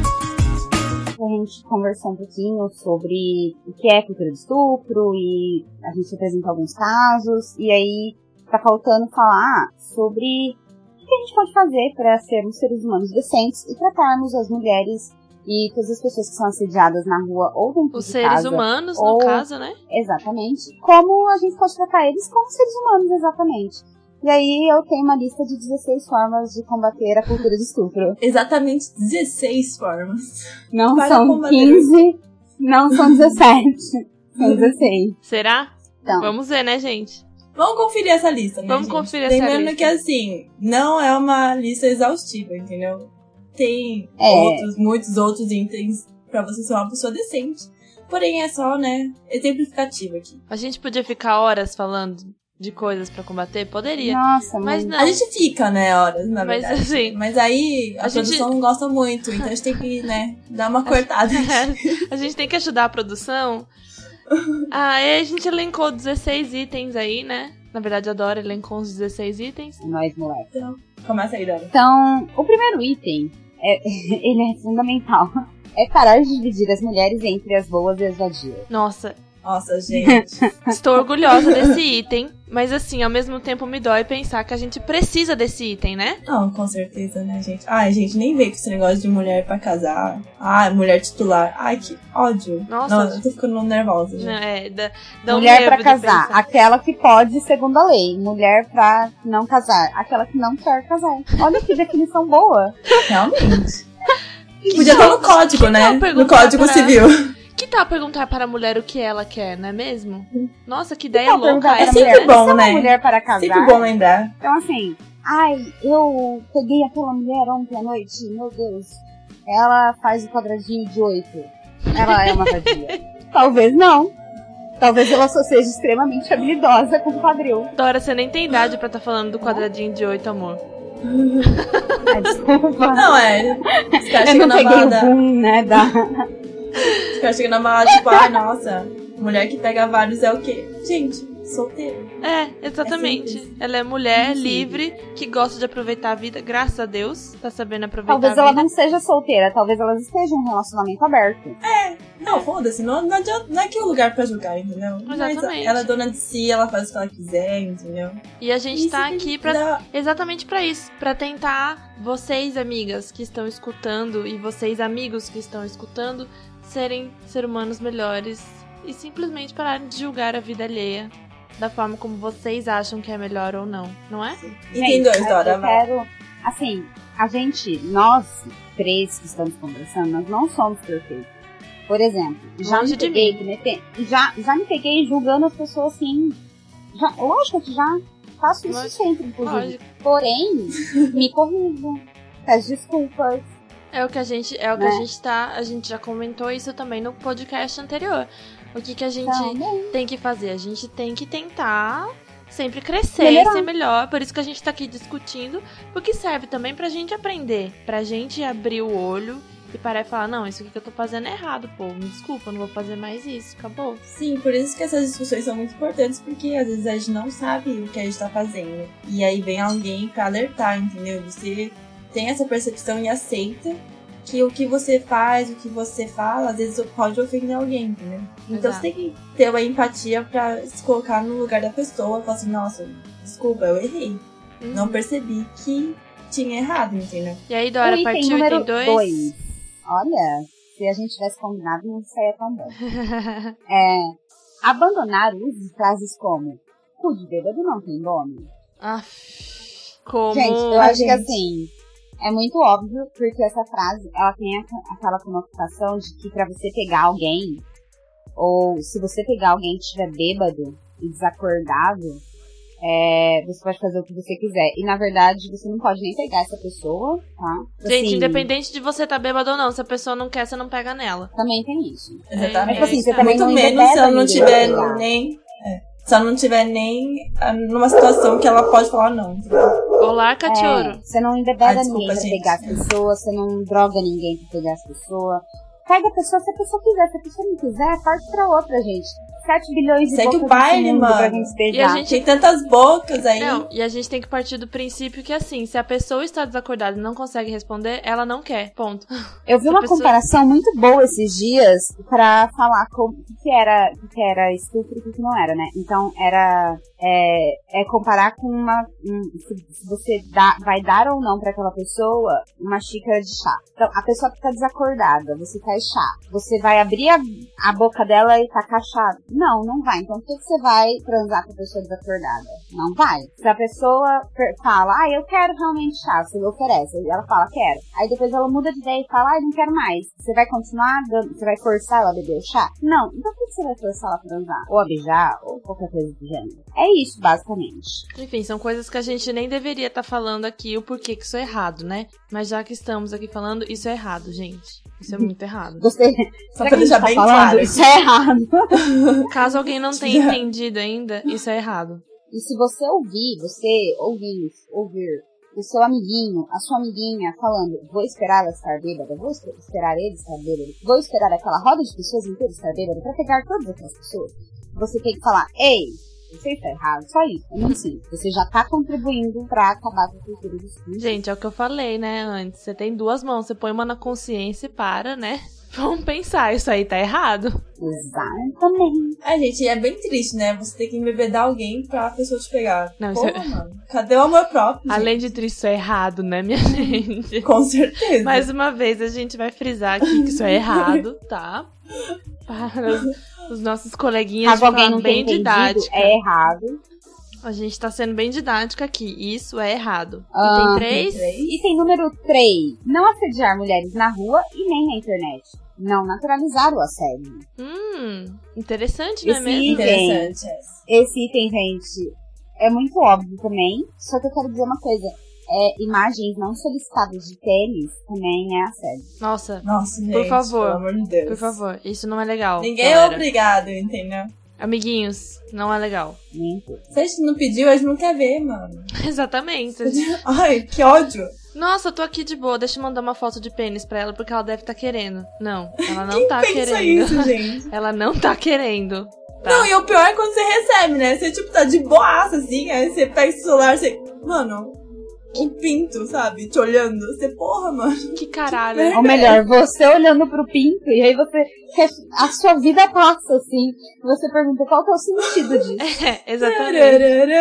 A gente conversou um pouquinho sobre o que é cultura de estupro e a gente apresenta alguns casos. E aí, tá faltando falar sobre o que a gente pode fazer para sermos seres humanos decentes e tratarmos as mulheres e todas as pessoas que são assediadas na rua ou dentro Os de seres casa. humanos, ou... no caso, né? Exatamente. Como a gente pode tratar eles como seres humanos, exatamente. E aí eu tenho uma lista de 16 formas de combater a cultura de estupro. Exatamente 16 formas. Não Para são combater. 15, não são 17. São 16. Será? Então. Vamos ver, né, gente? Vamos conferir essa lista, né, Vamos gente? conferir essa Lembrando lista. que, assim, não é uma lista exaustiva, entendeu? Tem muitos outros itens pra você ser uma pessoa decente. Porém, é só, né, exemplificativo aqui. A gente podia ficar horas falando de coisas pra combater? Poderia. Nossa, Mas não. A gente fica, né, horas, na Mas, verdade. assim, Mas aí a produção não gosta muito, então a gente tem que, né, dar uma cortada aqui. A gente tem que ajudar a produção. Aí a gente elencou 16 itens aí, né? Na verdade, a Dora elencou uns 16 itens. nós, moleque. Então, começa aí, Dora. Então, o primeiro item, ele é fundamental. É parar de dividir as mulheres entre as boas e as vadias. Nossa, gente. estou orgulhosa desse item. Mas assim, ao mesmo tempo me dói pensar que a gente precisa desse item, né? Não, com certeza, né, gente? Ai, gente, nem veio com esse negócio de mulher pra casar. Ai, mulher titular. Ai, que ódio. Nossa. Não, eu tô ficando nervosa, gente. Dá mulher um pra nervo de casar, pensar. aquela que pode segundo a lei. Mulher pra não casar, aquela que não quer casar. Olha que definição boa. Realmente. Podia estar no código, né? No perguntar Código pra- Civil. Que tal perguntar para a mulher o que ela quer, não é mesmo? Nossa, que ideia Então, louca perguntar pra essa, sempre mulher, né? bom, "Você é uma né? mulher para casar?" Sempre bom lembrar. Então, assim, ai, eu peguei aquela mulher ontem à noite, meu Deus. Ela faz o quadradinho de 8. Ela é uma vadia. Talvez não. Talvez ela só seja extremamente habilidosa com quadril. Dora, você nem tem idade pra estar falando do quadradinho de 8, amor. Ai, desculpa. Não, os caras Eu chegam não na peguei balada. o boom, né, Os caras chegam na balada, tipo, ai, nossa, mulher que pega vários é o quê? Gente, solteira. É, exatamente. É simples. Ela é mulher Simples. livre, que gosta de aproveitar a vida, graças a Deus, tá sabendo aproveitar Talvez a ela vida. não seja solteira, talvez ela esteja em um relacionamento aberto. Não, foda-se, não adianta, não é aqui o lugar pra julgar, entendeu? Mas Exatamente. ela é dona de si, ela faz o que ela quiser, entendeu? E a gente Isso tá que aqui pra dá- exatamente pra isso, pra tentar vocês, amigas, que estão escutando, e vocês, amigos que estão escutando, serem ser humanos melhores e simplesmente pararem de julgar a vida alheia da forma como vocês acham que é melhor ou não, não é? E tem dois, Dora, eu vai. quero... Assim, nós três que estamos conversando, nós não somos perfeitos. Por exemplo, já Longe me de peguei, já me peguei julgando as pessoas assim. Lógico que já faço isso Lógico, sempre, inclusive. Lógico. Porém, me corrijo. Peço desculpas. É o que a gente, Né? a gente já comentou isso também no podcast anterior. O que a gente Também. tem que fazer? A gente tem que tentar sempre crescer, Melhorar. ser melhor. Por isso que a gente tá aqui discutindo, porque serve também pra gente aprender, pra gente abrir o olho e parar e falar, não, isso aqui que eu tô fazendo é errado, pô, me desculpa, eu não vou fazer mais isso, acabou. Sim, por isso que essas discussões são muito importantes, porque às vezes a gente não sabe o que a gente tá fazendo. E aí vem alguém pra alertar, entendeu? Você tem essa percepção e aceita que o que você faz, o que você fala, às vezes pode ofender alguém, entendeu? Então Exato. você tem que ter uma empatia pra se colocar no lugar da pessoa e falar assim, nossa, desculpa, eu errei. Não percebi que tinha errado, entendeu? E aí, Dora, O item partiu número item 2? 2. Olha, se a gente tivesse combinado, não saia tão bem. Abandonar o uso de frases como cu de bêbado não tem nome. Como... Gente, eu acho que assim, é muito óbvio, porque essa frase, ela tem aquela conotação de que pra você pegar alguém, ou se você pegar alguém que estiver bêbado e desacordado, você pode fazer o que você quiser. E na verdade, você não pode nem pegar essa pessoa, tá? Gente, Assim, independente de você tá bêbado ou não, se a pessoa não quer, você não pega nela. também tem isso. Exatamente. Mas, assim, você também Muito não menos embebeda se ela não ninguém tiver pra pegar. nem... se ela não tiver nem numa situação que ela pode falar não, entendeu? Olá, Catioro. Você não embebeda Desculpa, ninguém pra gente. pegar as pessoas, você não droga ninguém pra pegar as pessoas. Pega a pessoa se a pessoa quiser. Se a pessoa não quiser, parte pra outra, gente. 7 bilhões de Segue bocas o baile, nesse mundo mano. pra gente beijar. E a gente- Tem tantas bocas aí. Não, e a gente tem que partir do princípio que, assim, se a pessoa está desacordada e não consegue responder, ela não quer. Ponto. Eu vi Se a uma pessoa- comparação muito boa esses dias pra falar o que era estupro e o que não era, né? Então, era comparar com se você vai dar ou não pra aquela pessoa uma xícara de chá. Então, a pessoa que tá desacordada, você faz chá. Você vai abrir a boca dela e tacar chá? Não vai. Então, por que você vai transar com a pessoa desacordada? Não vai. Se a pessoa fala, eu quero realmente chá, você oferece. Ela fala, quero. Aí depois ela muda de ideia e fala, não quero mais. Você vai continuar dando, você vai forçar ela a beber o chá? Não. Então, por que você vai forçar ela a transar? Ou a beijar, ou qualquer coisa do gênero. É isso, basicamente. Enfim, são coisas que a gente nem deveria estar falando aqui, o porquê que isso é errado, né? Mas já que estamos aqui falando, isso é errado, gente. Isso é muito errado. Você, Só pra deixar bem falando, claro. isso é errado. Caso alguém não tenha entendido ainda, isso é errado. E se você ouvir o seu amiguinho, a sua amiguinha falando, vou esperar ela estar bêbada, vou esperar ele estar bêbado, vou esperar aquela roda de pessoas inteira estar bêbada pra pegar todas aquelas pessoas, você tem que falar, ei, você está errado, só isso, é muito simples. Você já tá contribuindo pra acabar com a cultura do estupro. Gente, é o que eu falei, né, antes. Você tem duas mãos, você põe uma na consciência e para, né? Vamos pensar, isso aí tá errado. Exatamente. Gente, é bem triste, né? Você ter que embebedar alguém pra pessoa te pegar. Não, isso Porra, mano. Cadê o amor próprio, gente? Além de triste, isso é errado, né, minha gente? Com certeza. Mais uma vez, a gente vai frisar aqui que isso é errado, tá? Para os nossos coleguinhas Caso de alguém forma não tenha bem entendido, didática. é errado. A gente tá sendo bem didática aqui. Isso é errado. Ah, Item 3. Item número 3. Não assediar mulheres na rua e nem na internet. Não naturalizar o assédio. Interessante, não é Esse mesmo? Interessante. Esse item, gente, é muito óbvio também. Só que eu quero dizer uma coisa. Imagens não solicitadas de tênis também é assédio. Nossa, gente, por favor. pelo amor de Deus. Por favor, isso não é legal. Ninguém galera. é obrigado, entendeu? Amiguinhos, não é legal. Se a gente não pediu, a gente não quer ver, mano. Exatamente. Ai, que ódio. Nossa, eu tô aqui de boa, deixa eu mandar uma foto de pênis pra ela, porque ela deve tá querendo. Não, ela não tá Pensa querendo. isso, gente. Ela não tá querendo. Tá? Não, e o pior é quando você recebe, né? Você, tipo, tá de boaça, assim, aí você pega o celular, você... Mano, um pinto, sabe? Te olhando. Você, porra, mano. Que caralho. Ou melhor, você olhando pro pinto e aí você... A sua vida passa, assim. Você pergunta qual que é o sentido disso. Exatamente.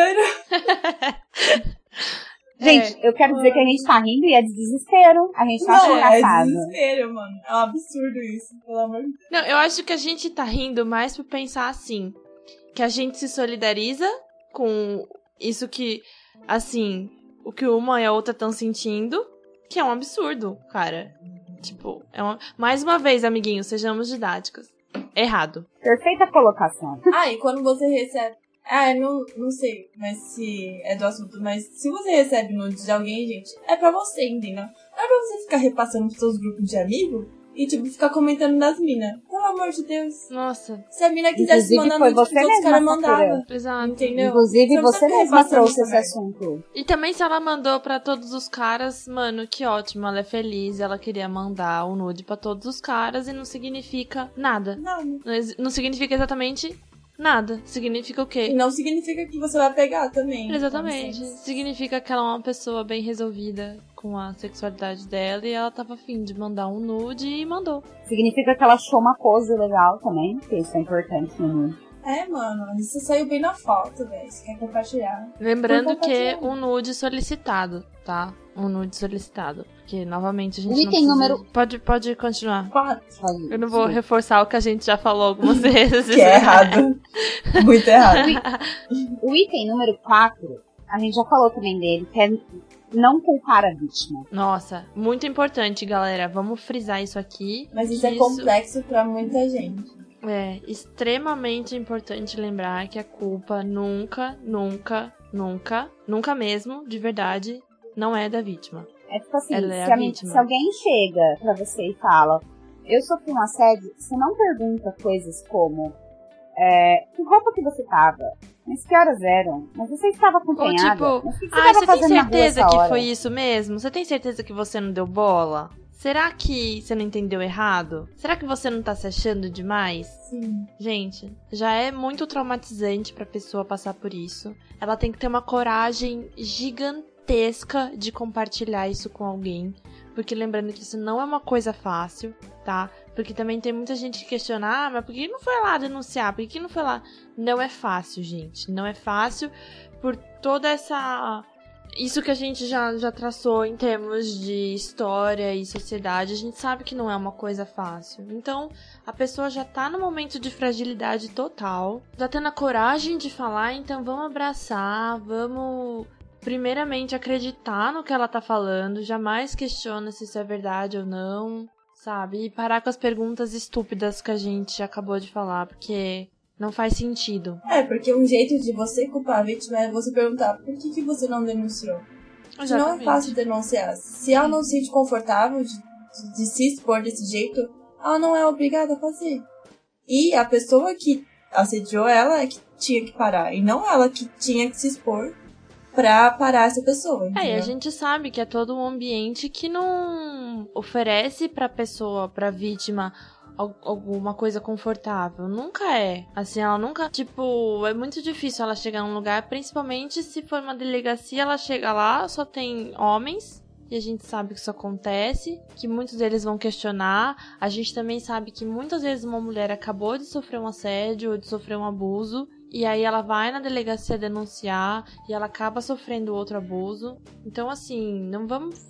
Gente, eu quero dizer que a gente tá rindo e é de desespero. A gente tá achando Não, é engraçado. desespero, mano. É um absurdo isso, pelo amor de Deus. Não, eu acho que a gente tá rindo mais por pensar assim, que a gente se solidariza com isso que, assim, o que uma e a outra estão sentindo, que é um absurdo, cara. Tipo, mais uma vez, amiguinhos, sejamos didáticos. Errado. Perfeita colocação. E quando você recebe... não sei, mas se é do assunto, mas se você recebe nudes de alguém, gente, é pra você, entendeu? Não é pra você ficar repassando pros seus grupos de amigos e, tipo, ficar comentando das minas. Pelo amor de Deus. Nossa. Se a mina quisesse mandar nudes pros outros caras, mandava. Exato. Entendeu? Inclusive, você mesma trouxe esse também. assunto. E também se ela mandou pra todos os caras, mano, que ótimo, ela é feliz, ela queria mandar o nude pra todos os caras e não significa nada. Não significa exatamente nada. Significa o quê? E não significa que você vai pegar também. Exatamente. Significa que ela é uma pessoa bem resolvida com a sexualidade dela e ela tava afim de mandar um nude e mandou. Significa que ela achou uma pose legal também, porque isso é importante no nude. Mano, isso saiu bem na foto, velho. Você quer compartilhar? Lembrando que é um nude solicitado, tá? Um nude solicitado. Porque, novamente, a gente O não item precisa... número... Pode continuar. 4. Eu não vou reforçar o que a gente já falou algumas vezes. Que é errado. Muito errado. O item número 4, a gente já falou também dele, que é não culpar a vítima. Nossa, muito importante, galera. Vamos frisar isso aqui. Mas isso é complexo pra muita gente. É extremamente importante lembrar que a culpa nunca mesmo, de verdade, não é da vítima. É tipo assim, se alguém chega pra você e fala, eu sofri um assédio, você não pergunta coisas como, que roupa que você tava? Mas que horas eram? Mas você estava acompanhada? Ou tipo, mas o que você tava você tem fazendo na rua certeza essa que hora? foi isso mesmo? Você tem certeza que você não deu bola? Será que você não entendeu errado? Será que você não tá se achando demais? Sim. Gente, já é muito traumatizante pra pessoa passar por isso. Ela tem que ter uma coragem gigantesca de compartilhar isso com alguém. Porque lembrando que isso não é uma coisa fácil, tá? Porque também tem muita gente que questiona, mas por que não foi lá denunciar? Por que não foi lá? Não é fácil, gente. Não é fácil por toda essa... Isso que a gente já traçou em termos de história e sociedade, a gente sabe que não é uma coisa fácil. Então, a pessoa já tá no momento de fragilidade total, já tendo a coragem de falar, então vamos abraçar, vamos primeiramente acreditar no que ela tá falando, jamais questiona se isso é verdade ou não, sabe? E parar com as perguntas estúpidas que a gente acabou de falar, porque... não faz sentido. Porque um jeito de você culpar a vítima é você perguntar por que você não denunciou. Exatamente. Não é fácil denunciar. Se ela não se sente confortável de se expor desse jeito, ela não é obrigada a fazer. E a pessoa que assediou ela é que tinha que parar. E não ela que tinha que se expor pra parar essa pessoa. Entendeu? E a gente sabe que é todo um ambiente que não oferece pra pessoa, pra vítima... alguma coisa confortável. Nunca é. Assim, ela nunca... Tipo, é muito difícil ela chegar num lugar, principalmente se for uma delegacia, ela chega lá, só tem homens, e a gente sabe que isso acontece, que muitos deles vão questionar. A gente também sabe que muitas vezes uma mulher acabou de sofrer um assédio ou de sofrer um abuso, e aí ela vai na delegacia denunciar, e ela acaba sofrendo outro abuso. Então, assim, não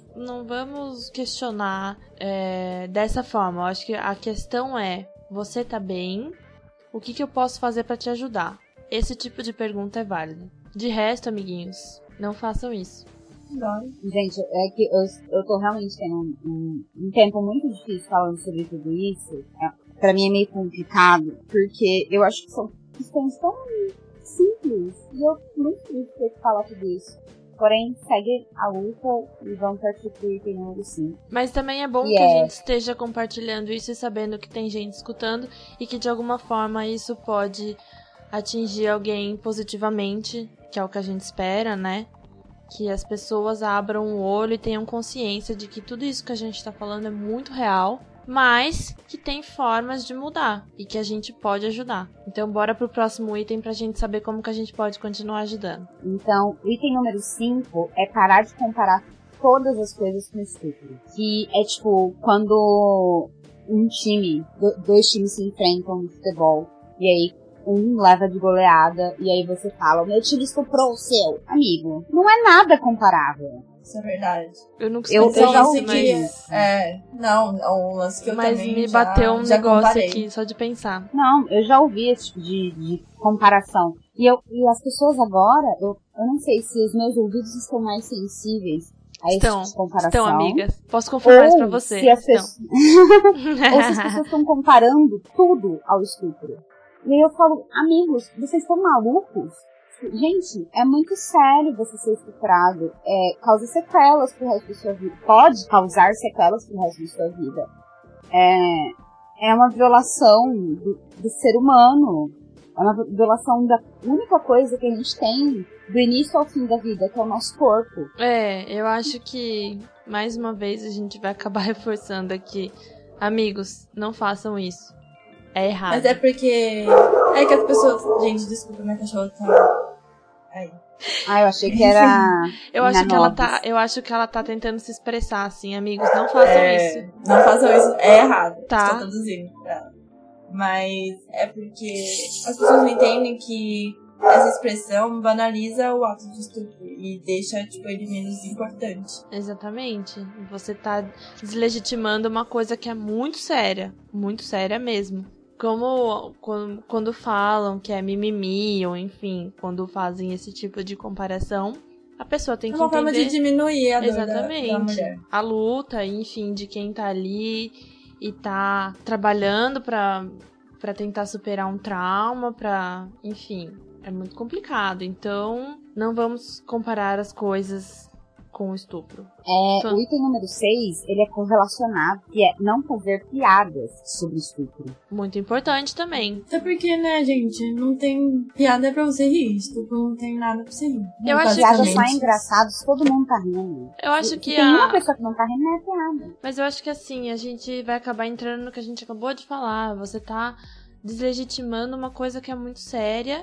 vamos questionar dessa forma. Eu acho que a questão é, você tá bem? O que eu posso fazer pra te ajudar? Esse tipo de pergunta é válido. De resto, amiguinhos, não façam isso. Gente, é que eu tô realmente tendo um tempo muito difícil falando sobre tudo isso. Pra mim é meio complicado, porque eu acho que são questões tão simples, e eu muito triste ter que falar tudo isso. Porém, segue a luta e vamos partir pro item número 5. Mas também é bom que a gente esteja compartilhando isso e sabendo que tem gente escutando e que de alguma forma isso pode atingir alguém positivamente, que é o que a gente espera, né? Que as pessoas abram o olho e tenham consciência de que tudo isso que a gente tá falando é muito real, mas que tem formas de mudar e que a gente pode ajudar. Então bora pro próximo item pra gente saber como que a gente pode continuar ajudando. Então, o item número 5 é parar de comparar todas as coisas com estupro. Que é tipo, quando dois times se enfrentam no futebol, e aí um leva de goleada, e aí você fala, o meu time estuprou o seu. Amigo, não é nada comparável. Isso é verdade. Eu não costumo ter isso, mas... Não, um lance que eu mas também me bateu um já negócio comparei. aqui, só de pensar. Não, eu já ouvi esse tipo de comparação. E as pessoas agora, eu não sei se os meus ouvidos estão mais sensíveis a esse tipo de comparação. Estão, amigas. Posso confirmar isso pra você. Se as pessoas... ou se as pessoas estão comparando tudo ao estupro. E aí eu falo, amigos, vocês estão malucos? Gente, é muito sério você ser estuprado. Causa sequelas pro resto da sua vida. Pode causar sequelas pro resto da sua vida. É uma violação do ser humano. É uma violação da única coisa que a gente tem do início ao fim da vida, que é o nosso corpo. Eu acho que, mais uma vez, a gente vai acabar reforçando aqui. Amigos, não façam isso. É errado. Mas é porque... É que as pessoas... Gente, desculpa, minha cachorra tá... Aí. Eu achei que era... eu acho que ela tá tentando se expressar, assim, amigos. Não façam isso. Não façam isso. É errado. Tá. Estou traduzindo pra ela. Mas é porque as pessoas não entendem que essa expressão banaliza o ato de estupro e deixa, tipo, ele menos importante. Exatamente. Você tá deslegitimando uma coisa que é muito séria mesmo. Como quando falam que é mimimi, ou enfim, quando fazem esse tipo de comparação, a pessoa tem que entender... É uma forma de diminuir a dor exatamente, da mulher. A luta, enfim, de quem tá ali e tá trabalhando pra tentar superar um trauma, enfim, é muito complicado. Então, não vamos comparar as coisas com o estupro. O item número 6, ele é correlacionado, que é não fazer piadas sobre estupro. Muito importante também. Até porque, né, gente, não tem piada pra você rir, estupro não tem nada pra você rir. Eu acho que piada só é engraçado se todo mundo tá rindo. Eu acho que tem uma pessoa que não tá rindo, não é piada. Mas eu acho que assim, a gente vai acabar entrando no que a gente acabou de falar. Você tá deslegitimando uma coisa que é muito séria,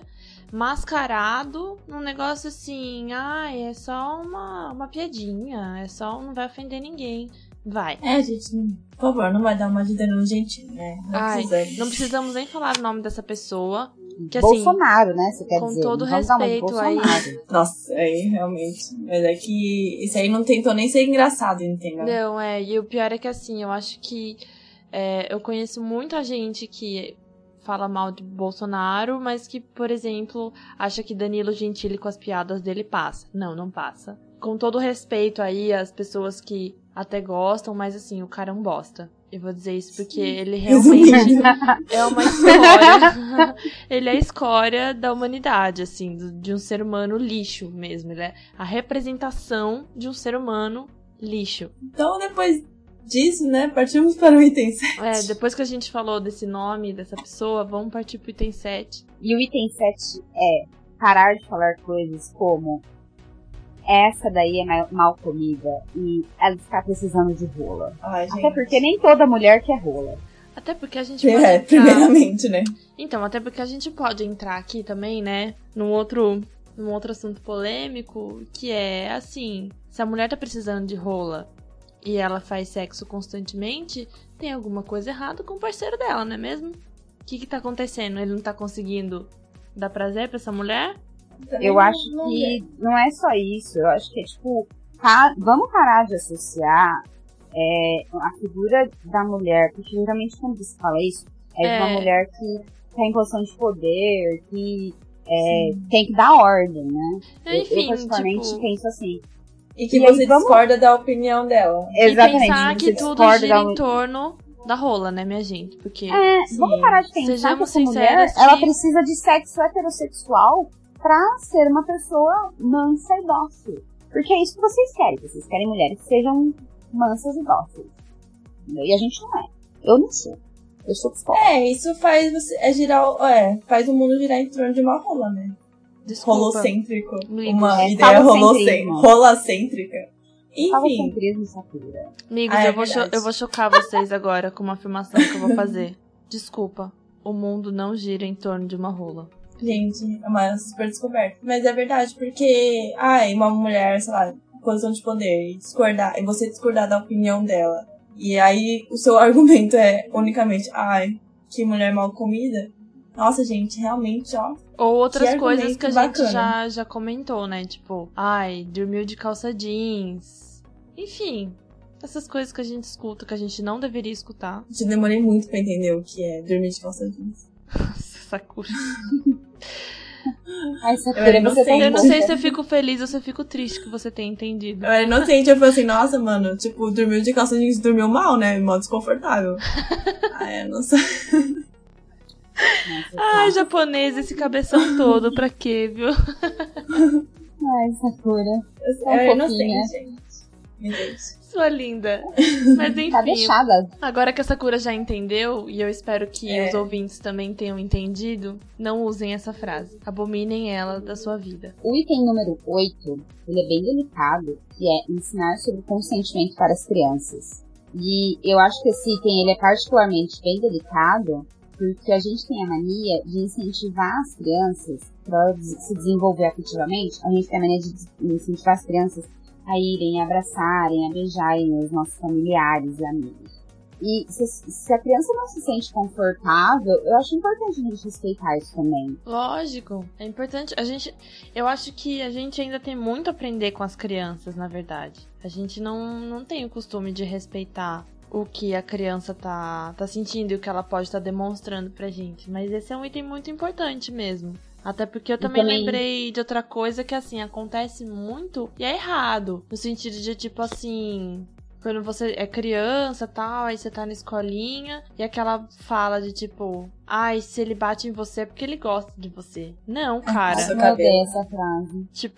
mascarado num negócio assim, é só uma piadinha, não vai ofender ninguém. Vai. Gente, por favor, não vai dar uma de denúncia, né? Não precisamos nem falar o nome dessa pessoa. Que, Bolsonaro, né? Você quer com dizer? Com todo respeito aí. Nossa, aí realmente. Mas é que isso aí não tentou nem ser engraçado, entendeu? Não, e o pior é que assim, eu acho que eu conheço muita gente que fala mal de Bolsonaro, mas que, por exemplo, acha que Danilo Gentili com as piadas dele passa. Não passa. Com todo respeito aí às pessoas que até gostam, mas assim, o cara é um bosta. Eu vou dizer isso porque ele realmente é uma escória. Ele é a escória da humanidade, assim, de um ser humano lixo mesmo. Ele é a representação de um ser humano lixo. Então, depois disso, né, partimos para o item 7. Depois que a gente falou desse nome, dessa pessoa, vamos partir pro item 7. E o item 7 é parar de falar coisas como essa daí é mal comida e ela está precisando de rola. Até porque nem toda mulher quer rola. Até porque a gente pode entrar... primeiramente, né? Então, até porque a gente pode entrar aqui também, né, num outro assunto polêmico, que é assim, se a mulher tá precisando de rola e ela faz sexo constantemente, tem alguma coisa errada com o parceiro dela, não é mesmo? O que tá acontecendo? Ele não tá conseguindo dar prazer pra essa mulher? Eu acho que não é só isso. Eu acho que é tipo, vamos parar de associar a figura da mulher, porque geralmente quando você fala isso, de uma mulher que tá em posição de poder, que tem que dar ordem, né? Enfim, eu particularmente penso assim. E que você discorda da opinião dela. Exatamente. E pensar que tudo gira em torno da rola, né, minha gente? Porque vamos parar de pensar que essa mulher, ela precisa de sexo heterossexual pra ser uma pessoa mansa e dócil. Porque é isso que vocês querem. Vocês querem mulheres que sejam mansas e dóceis. E a gente não é. Eu não sou. Eu sou psicóloga. Isso faz faz o mundo girar em torno de uma rola, né? Desculpa. Rolocêntrico. Uma ideia rolocêntrica. Enfim. Amigos, eu vou chocar vocês agora com uma afirmação que eu vou fazer. Desculpa. O mundo não gira em torno de uma rola. Gente, é uma super descoberta. Mas é verdade, porque uma mulher, sei lá, posição de poder e você discordar da opinião dela. E aí o seu argumento é unicamente, que mulher mal comida. Nossa, gente, realmente, Ou outras coisas que a gente já comentou, né? Tipo, dormiu de calça jeans. Enfim, essas coisas que a gente escuta, que a gente não deveria escutar. Eu demorei muito pra entender o que é dormir de calça jeans. Nossa, Sakura. Eu não sei se eu fico feliz ou se eu fico triste que você tenha entendido. Eu era inocente, eu falei assim, nossa, mano, tipo, dormiu de calça jeans, dormiu mal, né? Mal desconfortável. Eu não sei. Japonês, esse cabeção todo, pra quê, viu? Sakura. Eu era inocente, gente. Meu Deus. Sua linda. Mas enfim. Tá deixada. Agora que a Sakura já entendeu, e eu espero que os ouvintes também tenham entendido, não usem essa frase. Abominem ela da sua vida. O item número 8, ele é bem delicado, que é ensinar sobre consentimento para as crianças. E eu acho que esse item ele é particularmente bem delicado, porque a gente tem a mania de incentivar as crianças para se desenvolver afetivamente. A gente tem a mania de incentivar as crianças a irem, a abraçarem, a beijarem os nossos familiares e amigos. E se a criança não se sente confortável, eu acho importante a gente respeitar isso também. Lógico, é importante. Eu acho que a gente ainda tem muito a aprender com as crianças, na verdade. A gente não tem o costume de respeitar o que a criança tá sentindo e o que ela pode estar demonstrando pra gente. Mas esse é um item muito importante mesmo. Até porque eu também lembrei de outra coisa que, assim, acontece muito e é errado. No sentido de, tipo, assim, quando você é criança e tal, aí você tá na escolinha e aquela fala de, tipo, se ele bate em você é porque ele gosta de você. Não, cara. Eu odeio essa frase. Tipo,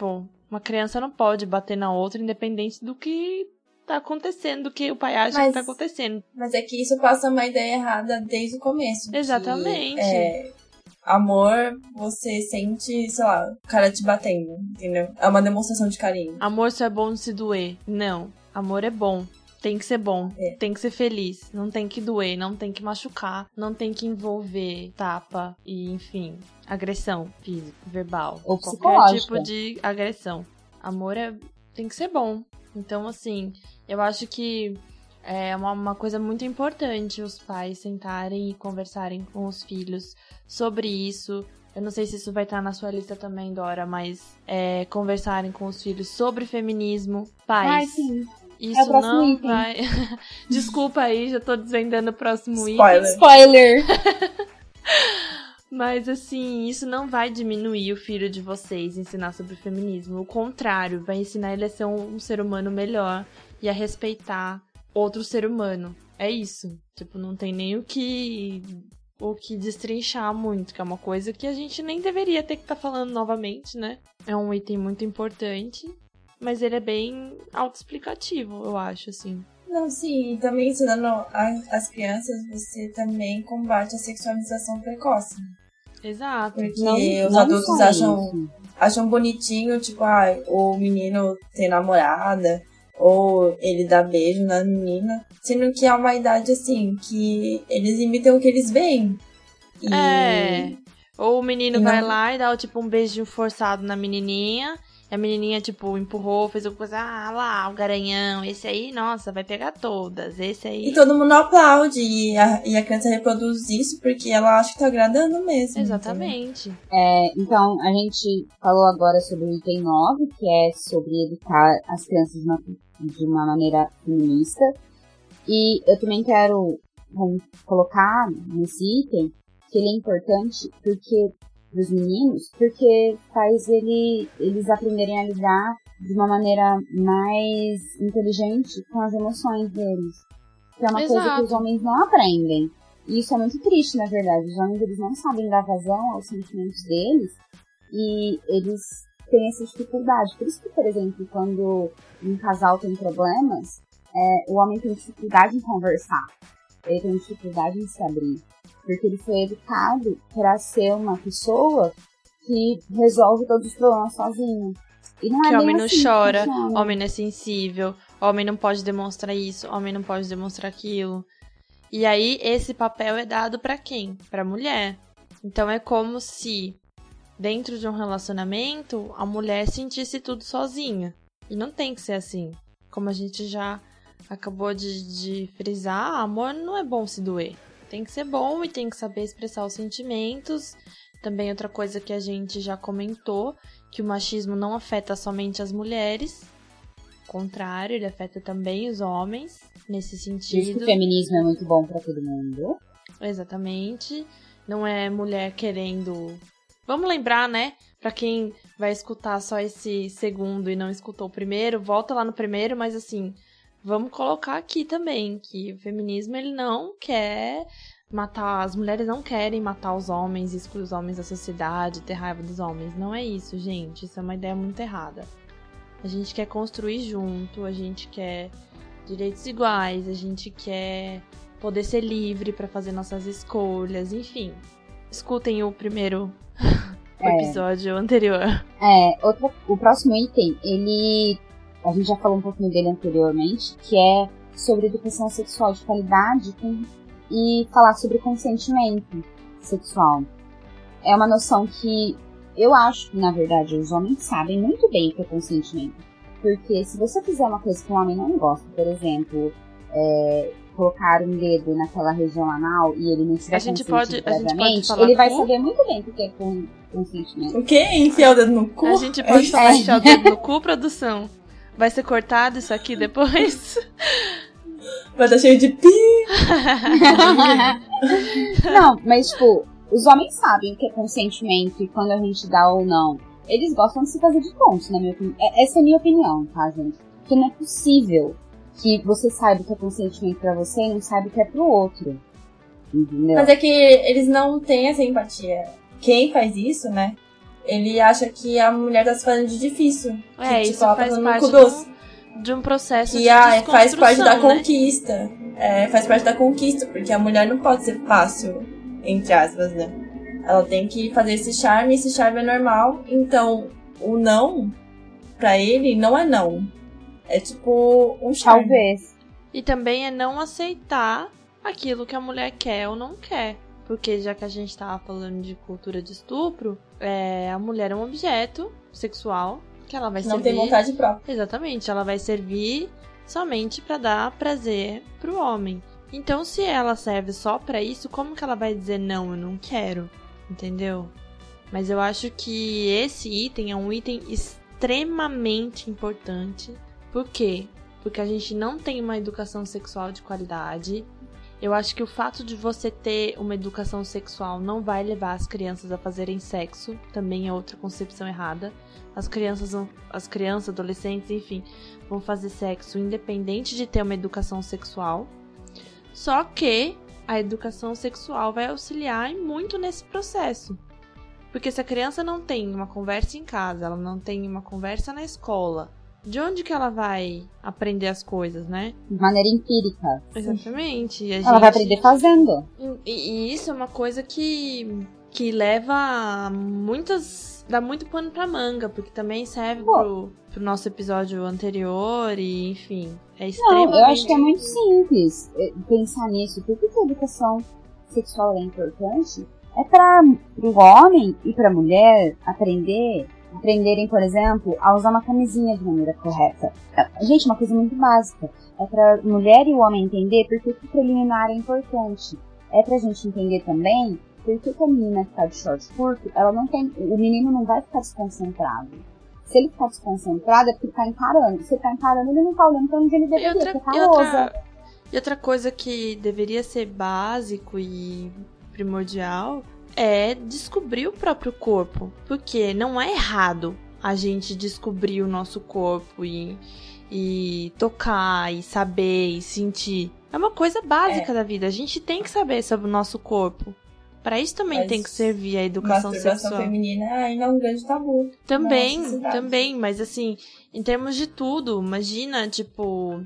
Uma criança não pode bater na outra independente do que tá acontecendo, do que o pai acha que tá acontecendo. Mas é que isso passa uma ideia errada desde o começo. Exatamente. Amor, você sente, sei lá, o cara te batendo, entendeu? É uma demonstração de carinho. Amor só é bom se doer. Não. Amor é bom. Tem que ser bom, tem que ser feliz, não tem que doer, não tem que machucar, não tem que envolver tapa e, enfim, agressão física, verbal. Ou qualquer tipo de agressão. Amor tem que ser bom. Então, assim, eu acho que é uma coisa muito importante os pais sentarem e conversarem com os filhos sobre isso. Eu não sei se isso vai estar na sua lista também, Dora, mas conversarem com os filhos sobre feminismo. Pais. Ai, sim. Isso não item. Vai... Desculpa aí, já tô desvendando o próximo item. Spoiler! Mas assim, isso não vai diminuir o filho de vocês ensinar sobre feminismo. O contrário, vai ensinar ele a ser um ser humano melhor e a respeitar outro ser humano. É isso. Tipo, não tem nem o que destrinchar muito, que é uma coisa que a gente nem deveria ter que estar falando novamente, né? É um item muito importante. Mas ele é bem autoexplicativo, eu acho, assim. Não, sim, e também ensinando as crianças, você também combate a sexualização precoce. Exato. Porque os adultos acham bonitinho, tipo, o menino tem namorada, ou ele dá beijo na menina, sendo que é uma idade, assim, que eles imitam o que eles veem. Ou o menino vai lá e dá, tipo, um beijinho forçado na menininha. E a menininha, tipo, empurrou, fez alguma coisa, lá, o garanhão, esse aí, nossa, vai pegar todas, esse aí... E todo mundo aplaude, e a criança reproduz isso porque ela acha que tá agradando mesmo. Exatamente. Então, a gente falou agora sobre o item 9, que é sobre educar as crianças de uma maneira feminista. E eu também quero colocar nesse item que ele é importante porque... dos meninos, porque faz eles aprenderem a lidar de uma maneira mais inteligente com as emoções deles. Que é uma coisa que os homens não aprendem. E isso é muito triste, na verdade. Os homens, eles não sabem dar vazão aos sentimentos deles e eles têm essa dificuldade. Por isso que, por exemplo, quando um casal tem problemas, o homem tem dificuldade em conversar. Ele tem dificuldade em se abrir. Porque ele foi educado para ser uma pessoa que resolve todos os problemas sozinho. E não é que homem não assim chora, homem não é sensível, homem não pode demonstrar isso, homem não pode demonstrar aquilo. E aí, esse papel é dado para quem? Pra mulher. Então é como se, dentro de um relacionamento, a mulher sentisse tudo sozinha. E não tem que ser assim. Como a gente já acabou de frisar, amor não é bom se doer. Tem que ser bom e tem que saber expressar os sentimentos. Também outra coisa que a gente já comentou, que o machismo não afeta somente as mulheres. Ao contrário, ele afeta também os homens, nesse sentido. Diz que o feminismo é muito bom pra todo mundo. Exatamente. Não é mulher querendo... Vamos lembrar, né? Pra quem vai escutar só esse segundo e não escutou o primeiro, volta lá no primeiro, mas assim... Vamos colocar aqui também que o feminismo, ele não quer matar... As mulheres não querem matar os homens, excluir os homens da sociedade, ter raiva dos homens. Não é isso, gente. Isso é uma ideia muito errada. A gente quer construir junto, a gente quer direitos iguais, a gente quer poder ser livre pra fazer nossas escolhas, enfim. Escutem o primeiro episódio anterior. O próximo item, a gente já falou um pouquinho dele anteriormente, que é sobre educação sexual de qualidade e falar sobre consentimento sexual. É uma noção que eu acho que, na verdade, os homens sabem muito bem o que é consentimento. Porque se você fizer uma coisa que um homem não gosta, por exemplo, colocar um dedo naquela região anal e ele não tiver consentido previamente, ele vai saber muito bem o que é consentimento. O quê? Enfiar o dedo no cu? A gente pode falar enfiar o dedo no cu, produção? Vai ser cortado isso aqui depois? Vai estar cheio de pi. Não, mas tipo, os homens sabem o que é consentimento e quando a gente dá ou não. Eles gostam de se fazer de tonto, na minha opinião. Essa é a minha opinião, tá, gente? Porque não é possível que você saiba o que é consentimento pra você e não saiba o que é pro outro. Entendeu? Mas é que eles não têm essa empatia. Quem faz isso, né? ele acha que a mulher tá se fazendo de difícil. É, que, isso faz parte de um processo que de desconstrução, faz parte da né? conquista. Faz parte da conquista, porque a mulher não pode ser fácil, entre aspas, né? Ela tem que fazer esse charme é normal. Então, o não, pra ele, não é não. É tipo um charme. Talvez. E também é não aceitar aquilo que a mulher quer ou não quer. Porque já que a gente tava falando de cultura de estupro, a mulher é um objeto sexual que ela vai servir... Não tem vontade própria. Exatamente, ela vai servir somente pra dar prazer pro homem. Então, se ela serve só pra isso, como que ela vai dizer não, eu não quero? Entendeu? Mas eu acho que esse item é um item extremamente importante. Por quê? Porque a gente não tem uma educação sexual de qualidade. Eu acho que o fato de você ter uma educação sexual não vai levar as crianças a fazerem sexo. Também é outra concepção errada. As crianças, adolescentes, enfim, vão fazer sexo independente de ter uma educação sexual. Só que a educação sexual vai auxiliar muito nesse processo. Porque se a criança não tem uma conversa em casa, ela não tem uma conversa na escola, de onde que ela vai aprender as coisas, né? De maneira empírica. Exatamente. Ela vai aprender fazendo. E isso é uma coisa que leva muitas... Dá muito pano pra manga, porque também serve pro nosso episódio anterior e, enfim, é extremamente... Não, eu acho que é muito simples pensar nisso. Por que a educação sexual é importante? É para o homem e para a mulher aprenderem, por exemplo, a usar uma camisinha de maneira correta. Gente, uma coisa muito básica. É para a mulher e o homem entender por que o preliminar é importante. É pra gente entender também por que a menina que tá de short curto, o menino não vai ficar desconcentrado. Se ele ficar desconcentrado, é porque tá encarando. Se ele tá encarando, ele não tá olhando pra onde ele deveria, porque tá rosa. E outra coisa que deveria ser básico e primordial é descobrir o próprio corpo. Porque não é errado a gente descobrir o nosso corpo e tocar, e saber, e sentir. É uma coisa básica da vida. A gente tem que saber sobre o nosso corpo. Pra isso também tem que servir a educação sexual. Masturbação feminina ainda é um grande tabu. Também, mas assim, em termos de tudo, imagina, tipo...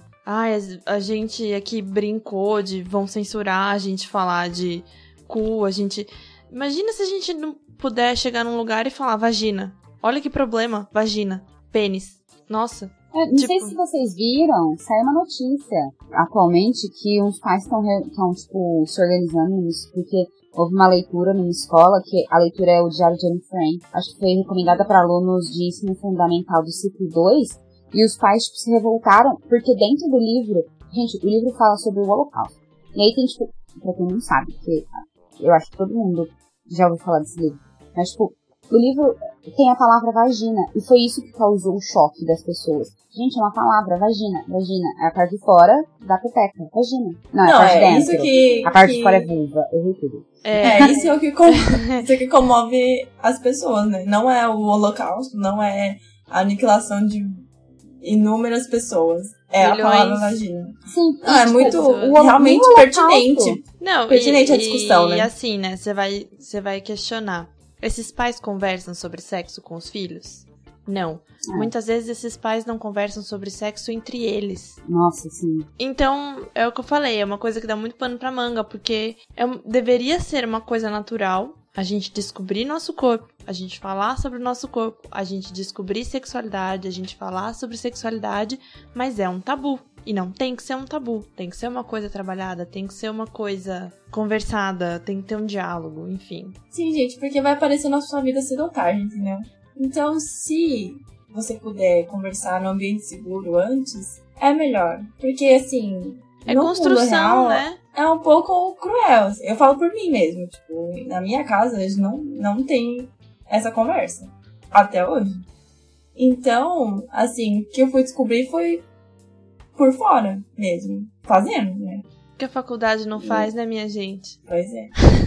a gente aqui brincou de vão censurar a gente falar de cu, Imagina se a gente não puder chegar num lugar e falar vagina. Olha que problema, vagina, pênis. Nossa. Não sei se vocês viram, saiu uma notícia atualmente que uns pais estão tipo, se organizando nisso, porque houve uma leitura numa escola, que a leitura é o Diário de Anne Frank, acho que foi recomendada para alunos de ensino fundamental do ciclo 2, e os pais tipo, se revoltaram, porque dentro do livro, gente, o livro fala sobre o Holocausto. E aí tem, tipo, pra quem não sabe, porque eu acho que todo mundo já ouviu falar desse livro, mas, tipo, o livro tem a palavra vagina, e foi isso que causou o choque das pessoas. Gente, é uma palavra, vagina, é a parte de fora da pepeca, vagina. Não, é a parte de dentro. Isso a parte de fora é vulva, errei tudo. Isso é o que comove as pessoas, né? Não é o holocausto, não é a aniquilação de inúmeras pessoas. É a palavra vagina. Sim, é muito realmente pertinente. Não, pertinente a discussão, né? E assim, né, você vai questionar. Esses pais conversam sobre sexo com os filhos? Não. Muitas vezes esses pais não conversam sobre sexo entre eles. Nossa, sim. Então, é o que eu falei, é uma coisa que dá muito pano pra manga, porque deveria ser uma coisa natural a gente descobrir nosso corpo, a gente falar sobre o nosso corpo, a gente descobrir sexualidade, a gente falar sobre sexualidade, mas é um tabu. E não tem que ser um tabu, tem que ser uma coisa trabalhada, tem que ser uma coisa conversada, tem que ter um diálogo, enfim. Sim, gente, porque vai aparecer na sua vida cedo ou tarde, entendeu? Então, se você puder conversar no ambiente seguro antes, é melhor. Porque, assim, é no construção, mundo real, né? É um pouco cruel. Eu falo por mim mesmo. Tipo, na minha casa, a gente não tem essa conversa. Até hoje. Então, assim, o que eu fui descobrir foi por fora mesmo. Fazendo, né? Que a faculdade não faz, né, minha gente? Pois é.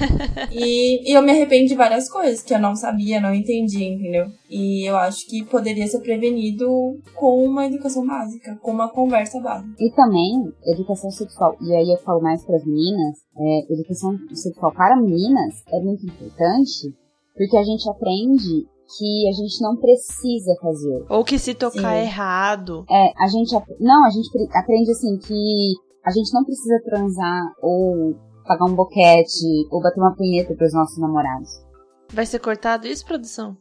E eu me arrependo de várias coisas que eu não sabia, não entendi, entendeu? E eu acho que poderia ser prevenido com uma educação básica, com uma conversa básica. E também, educação sexual, e aí eu falo mais para as meninas, educação sexual para meninas é muito importante, porque a gente aprende que a gente não precisa fazer. Ou que se tocar errado. A gente aprende assim que a gente não precisa transar ou pagar um boquete ou bater uma punheta pros nossos namorados. Vai ser cortado isso, produção?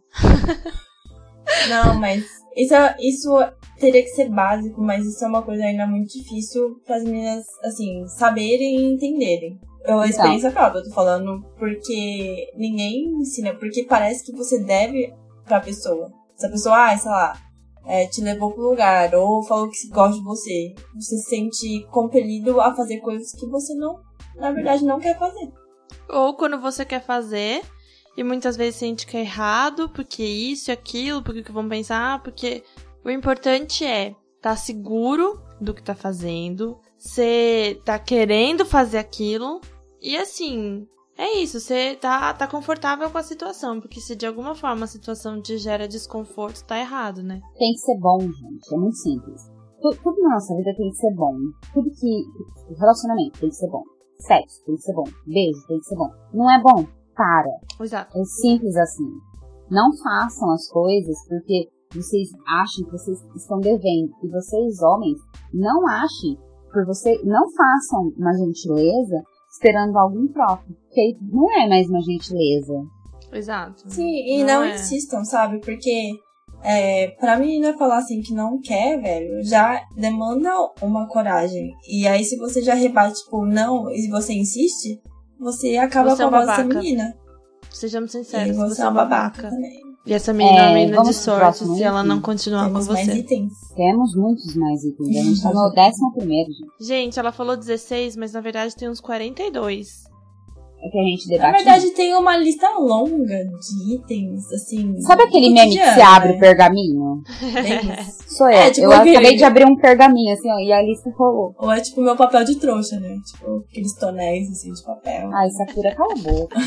Não, mas isso teria que ser básico, mas isso é uma coisa ainda muito difícil para as meninas, assim, saberem e entenderem. A experiência própria, eu tô falando, porque ninguém ensina, porque parece que você deve pra pessoa. Se a pessoa, sei lá, te levou pro lugar, ou falou que gosta de você se sente compelido a fazer coisas que você não, na verdade, não quer fazer. Ou quando você quer fazer, e muitas vezes sente que é errado, porque isso e aquilo, porque que vão pensar, porque o importante é estar seguro do que tá fazendo, você tá querendo fazer aquilo, e assim, é isso, você tá confortável com a situação, porque se de alguma forma a situação te gera desconforto, tá errado, né? Tem que ser bom, gente, é muito simples. Tudo na nossa vida tem que ser bom. Tudo que... Relacionamento tem que ser bom. Sexo tem que ser bom. Beijo tem que ser bom. Não é bom? Para. Exato. É simples assim. Não façam as coisas porque vocês acham que vocês estão devendo. E vocês, homens, não achem não façam uma gentileza esperando algum próprio. Porque não é mais uma gentileza. Exato. Sim, e não insistam, sabe? Porque pra menina falar assim que não quer, velho, já demanda uma coragem. E aí se você já rebate, tipo, não, e você insiste, você acaba com a voz dessa menina. Sejamos sinceros, você é uma babaca também. E essa menina é uma menina de sorte se ela não item. continuar Temos com você. Mais itens. Temos muitos mais itens. A gente tá no 11º, gente. Gente, ela falou 16, mas na verdade tem uns 42. É que a gente debate. Na verdade, tem uma lista longa de itens, assim. Sabe aquele meme que você abre o pergaminho? Sou eu. Tipo, eu acabei de abrir um pergaminho, assim, ó, e a lista rolou. Ou é tipo meu papel de trouxa, né? Tipo, aqueles tonéis, assim, de papel. Ai, Sakura, cala a boca.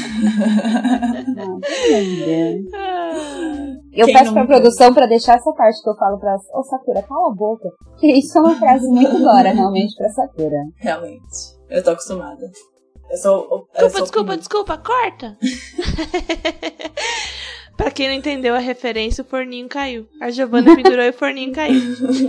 Não, pelo amor de Deus. Eu peço pra produção pra deixar essa parte que eu falo pra... Ô, Sakura, cala a boca. Que isso é uma frase muito dora, realmente, pra Sakura. Realmente. Eu tô acostumada. Desculpa, corta! Pra quem não entendeu a referência, o forninho caiu. A Giovana pendurou e o forninho caiu.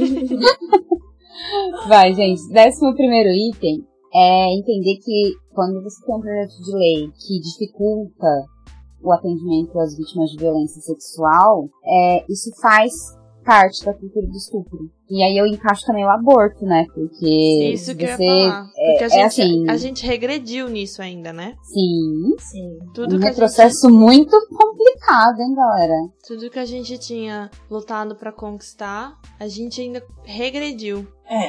Vai, gente. 11º item é entender que quando você tem um projeto de lei que dificulta o atendimento às vítimas de violência sexual, isso faz parte da cultura do estupro. E aí eu encaixo também o aborto, né? Porque isso que eu ia falar. Porque a gente regrediu nisso ainda, né? Sim. Tudo um processo muito complicado, hein, galera? Tudo que a gente tinha lutado pra conquistar, a gente ainda regrediu.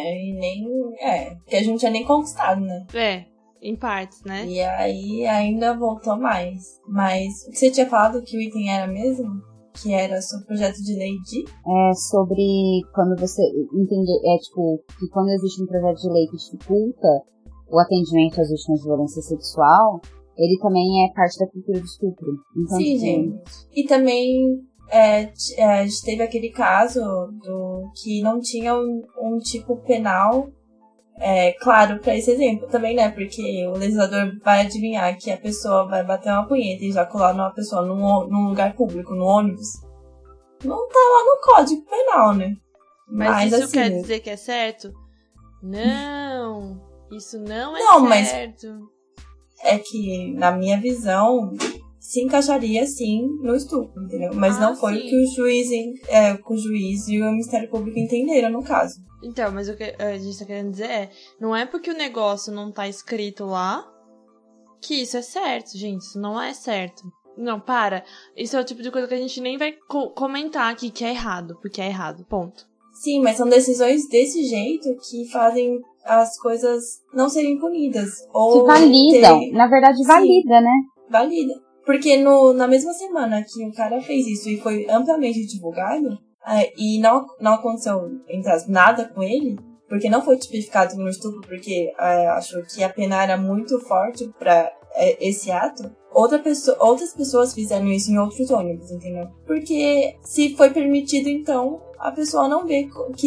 Que a gente tinha nem conquistado, né? Em partes, né? E aí ainda voltou mais. Mas o que você tinha falado que o item era mesmo? Que era sobre o projeto de lei de? É sobre quando você entender, que quando existe um projeto de lei que dificulta o atendimento às vítimas de violência sexual, ele também é parte da cultura do estupro. Então, sim, gente. E também a gente teve aquele caso que não tinha um tipo penal claro pra esse exemplo também, né? Porque o legislador vai adivinhar que a pessoa vai bater uma punheta e já colar numa pessoa num lugar público, no ônibus. Não tá lá no Código Penal, né? Mas isso assim, quer dizer que é certo? Não, isso não é certo. Mas é que, na minha visão, se encaixaria, sim, no estupro, entendeu? Mas não foi o que o juiz e o Ministério Público entenderam, no caso. Então, mas o que a gente tá querendo dizer não é porque o negócio não tá escrito lá que isso é certo, gente. Isso não é certo. Não, para. Isso é o tipo de coisa que a gente nem vai comentar aqui que é errado, porque é errado, ponto. Sim, mas são decisões desse jeito que fazem as coisas não serem punidas. Ou que validam. Na verdade, valida, sim, né? Valida. Porque na mesma semana que o cara fez isso e foi amplamente divulgado, e não aconteceu, entre aspas, nada com ele, porque não foi tipificado como estupro, porque achou que a pena era muito forte pra esse ato, outras pessoas fizeram isso em outros ônibus, entendeu? Porque se foi permitido, então, a pessoa não vê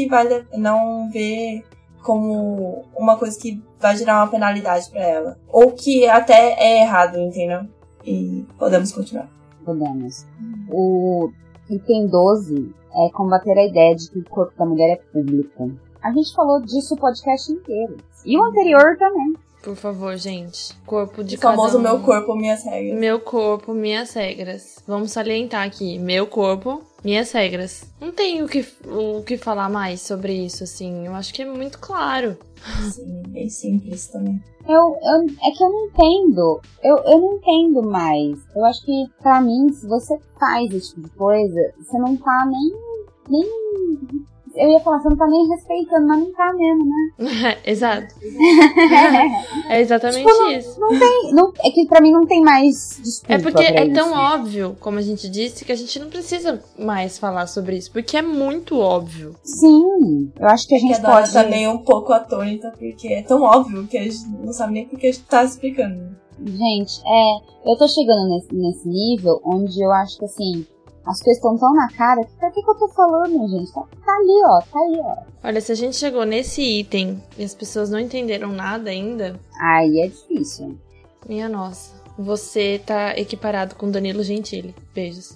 como uma coisa que vai gerar uma penalidade pra ela. Ou que até é errado, entendeu? E podemos continuar. Podemos. Item 12 é combater a ideia de que o corpo da mulher é público. A gente falou disso o podcast inteiro. E o anterior também. Por favor, gente. Corpo de o famoso cada um. Meu corpo, minhas regras. Meu corpo, minhas regras. Vamos salientar aqui. Meu corpo, minhas regras. Não tem o que falar mais sobre isso, assim. Eu acho que é muito claro. Sim, bem simples também. É que eu não entendo. Eu não entendo mais. Eu acho que, pra mim, se você faz esse tipo de coisa, você não tá nem... Eu ia falar, você não tá nem respeitando, mas não tá mesmo, né? Exato. É exatamente tipo, isso. É que pra mim não tem mais desculpa. É porque é isso. tão óbvio, como a gente disse, que a gente não precisa mais falar sobre isso, porque é muito óbvio. Sim, eu acho que a gente Dora pode... também um pouco atônita, porque é tão óbvio que a gente não sabe nem porque a gente tá explicando. Gente, eu tô chegando nesse nível onde eu acho que, assim... As coisas estão tão na cara, pra que eu tô falando, gente? Tá ali, ó. Olha, se a gente chegou nesse item e as pessoas não entenderam nada ainda... Aí é difícil. Minha nossa, você tá equiparado com Danilo Gentili. Beijos.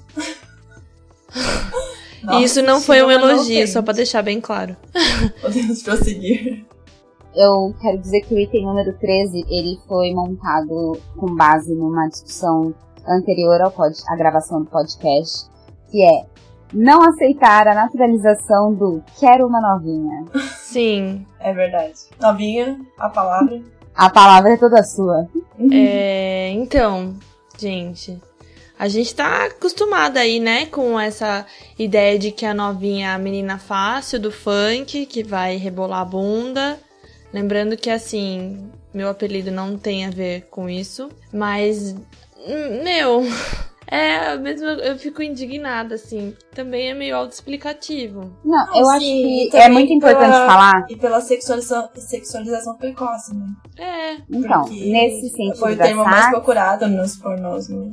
Nossa, e isso não foi um elogio, não, só pra deixar bem claro. Podemos prosseguir. Eu quero dizer que o item número 13, ele foi montado com base numa discussão anterior à gravação do podcast, que é não aceitar a naturalização do quero uma novinha. Sim. É verdade. Novinha, a palavra. A palavra é toda sua. Então, gente, a gente tá acostumada aí, né, com essa ideia de que a novinha é a menina fácil do funk, que vai rebolar a bunda. Lembrando que, assim, meu apelido não tem a ver com isso, mas... eu fico indignada, assim. Também é meio autoexplicativo. Não, eu acho que é muito importante falar. E pela sexualização precoce, né? Então, porque nesse sentido foi o termo mais procurado nos pornôs, né?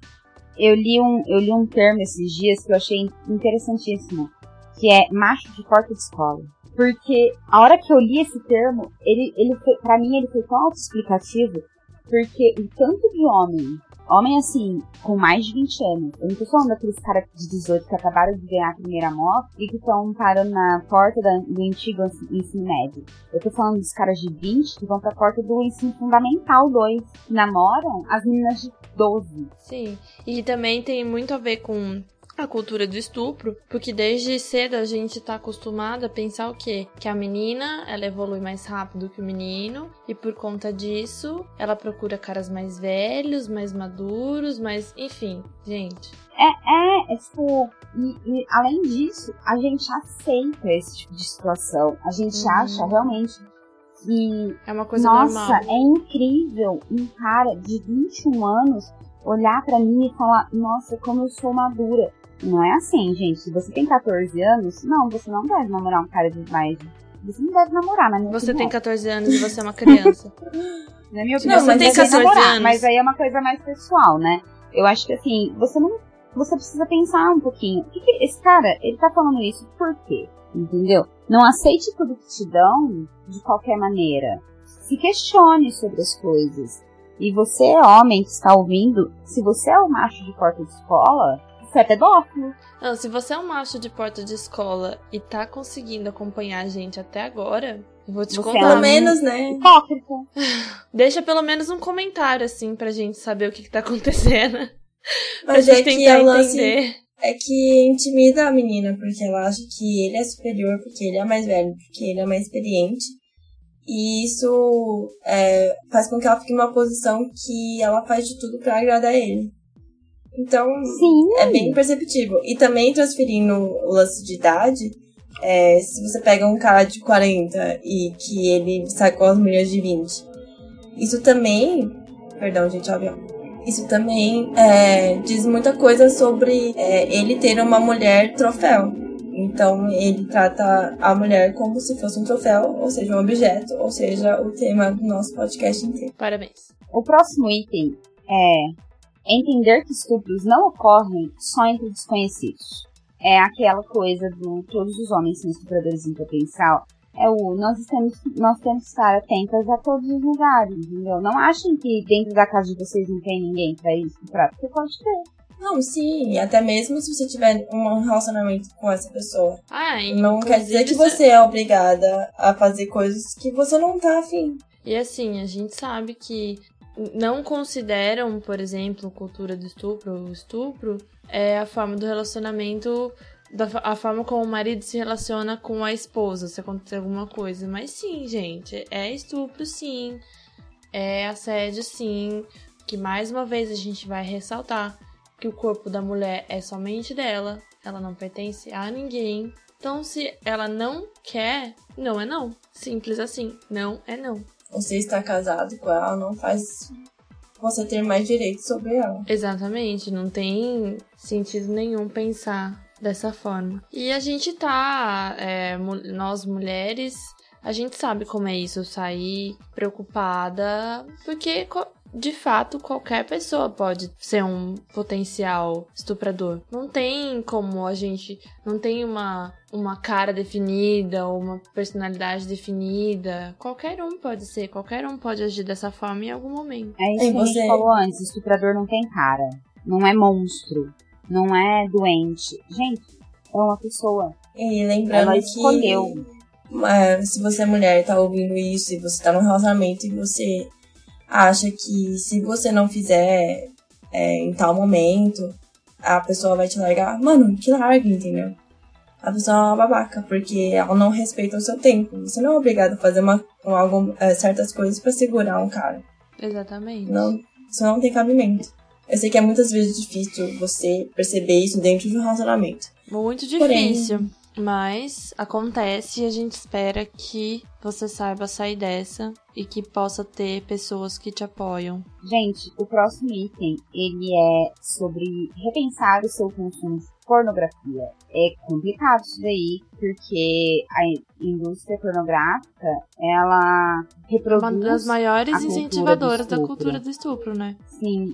Eu li um termo esses dias que eu achei interessantíssimo, que é macho de porta de escola. Porque a hora que eu li esse termo, ele foi, pra mim ele foi tão autoexplicativo, porque o tanto de homem assim, com mais de 20 anos, eu não tô falando daqueles caras de 18 que acabaram de ganhar a primeira moto e que estão parando na porta do antigo ensino médio. Eu tô falando dos caras de 20 que vão pra porta do ensino fundamental 2, que namoram as meninas de 12. Sim, e também tem muito a ver com a cultura do estupro, porque desde cedo a gente tá acostumado a pensar o quê? Que a menina, ela evolui mais rápido que o menino, e por conta disso, ela procura caras mais velhos, mais maduros, mais... Enfim, gente. Tipo... E além disso, a gente aceita esse tipo de situação. A gente acha realmente que... É uma coisa normal. Nossa, é incrível um cara de 21 anos olhar pra mim e falar, nossa, como eu sou madura. Não é assim, gente. Se você tem 14 anos, não, você não deve namorar um cara de mais. Você não deve namorar, mas você tem 14 anos e você é uma criança. Na minha opinião, você tem 14 anos. Mas aí é uma coisa mais pessoal, né? Eu acho que assim, você precisa pensar um pouquinho. Esse cara, ele tá falando isso por quê? Entendeu? Não aceite tudo que te dão de qualquer maneira. Se questione sobre as coisas. E você, homem que está ouvindo, se você é o macho de porta de escola, você é pedófilo. Não, se você é um macho de porta de escola e tá conseguindo acompanhar a gente até agora, eu vou te contar. Pelo menos, né? Hipócrita. Deixa pelo menos um comentário, assim, pra gente saber o que tá acontecendo. Mas pra gente tentar entender. É que intimida a menina, porque ela acha que ele é superior, porque ele é mais velho, porque ele é mais experiente. E isso faz com que ela fique numa posição que ela faz de tudo pra agradar ele. Então, sim, é bem perceptível. E também transferindo o lance de idade, se você pega um cara de 40 e que ele sai com as mulheres de 20, isso também... Perdão, gente, avião. Isso também diz muita coisa sobre ele ter uma mulher troféu. Então, ele trata a mulher como se fosse um troféu, ou seja, um objeto, ou seja, o tema do nosso podcast inteiro. Parabéns. O próximo item é entender que estupros não ocorrem só entre desconhecidos. É aquela coisa do todos os homens são estupradores em potencial. Nós temos que estar atentas a todos os lugares, entendeu? Não achem que dentro da casa de vocês não tem ninguém pra estuprar, porque pode ter. Não, sim, até mesmo se você tiver um relacionamento com essa pessoa. Não quer dizer que você é obrigada a fazer coisas que você não tá afim. E assim, a gente sabe que não consideram, por exemplo, cultura do estupro. O estupro é a forma do relacionamento, a forma como o marido se relaciona com a esposa, se acontecer alguma coisa. Mas sim, gente, é estupro sim, é assédio sim, que mais uma vez a gente vai ressaltar que o corpo da mulher é somente dela, ela não pertence a ninguém. Então, se ela não quer, não é não. Simples assim, não é não. Você está casado com ela, não faz você ter mais direito sobre ela. Exatamente, não tem sentido nenhum pensar dessa forma. E a gente nós mulheres, a gente sabe como é isso, sair preocupada, porque de fato qualquer pessoa pode ser um potencial estuprador. Não tem como a gente, não tem uma cara definida ou uma personalidade definida. Qualquer um pode ser, qualquer um pode agir dessa forma em algum momento. É isso que a gente falou antes, estuprador não tem cara, não é monstro, não é doente. Gente, é uma pessoa. E lembrando ela escolheu. Que se você é mulher e tá ouvindo isso, e você tá num relacionamento e você acha que se você não fizer em tal momento, a pessoa vai te largar. Mano, que larga, entendeu? A pessoa é uma babaca, porque ela não respeita o seu tempo. Você não é obrigado a fazer certas coisas pra segurar um cara. Exatamente. Não, isso não tem cabimento. Eu sei que é muitas vezes difícil você perceber isso dentro de um relacionamento. Muito difícil. Mas acontece e a gente espera que você saiba sair dessa e que possa ter pessoas que te apoiam. Gente, o próximo item, ele é sobre repensar o seu consumo de pornografia. É complicado isso daí, porque a indústria pornográfica, ela reproduz uma das maiores incentivadoras da cultura do estupro, né? Sim.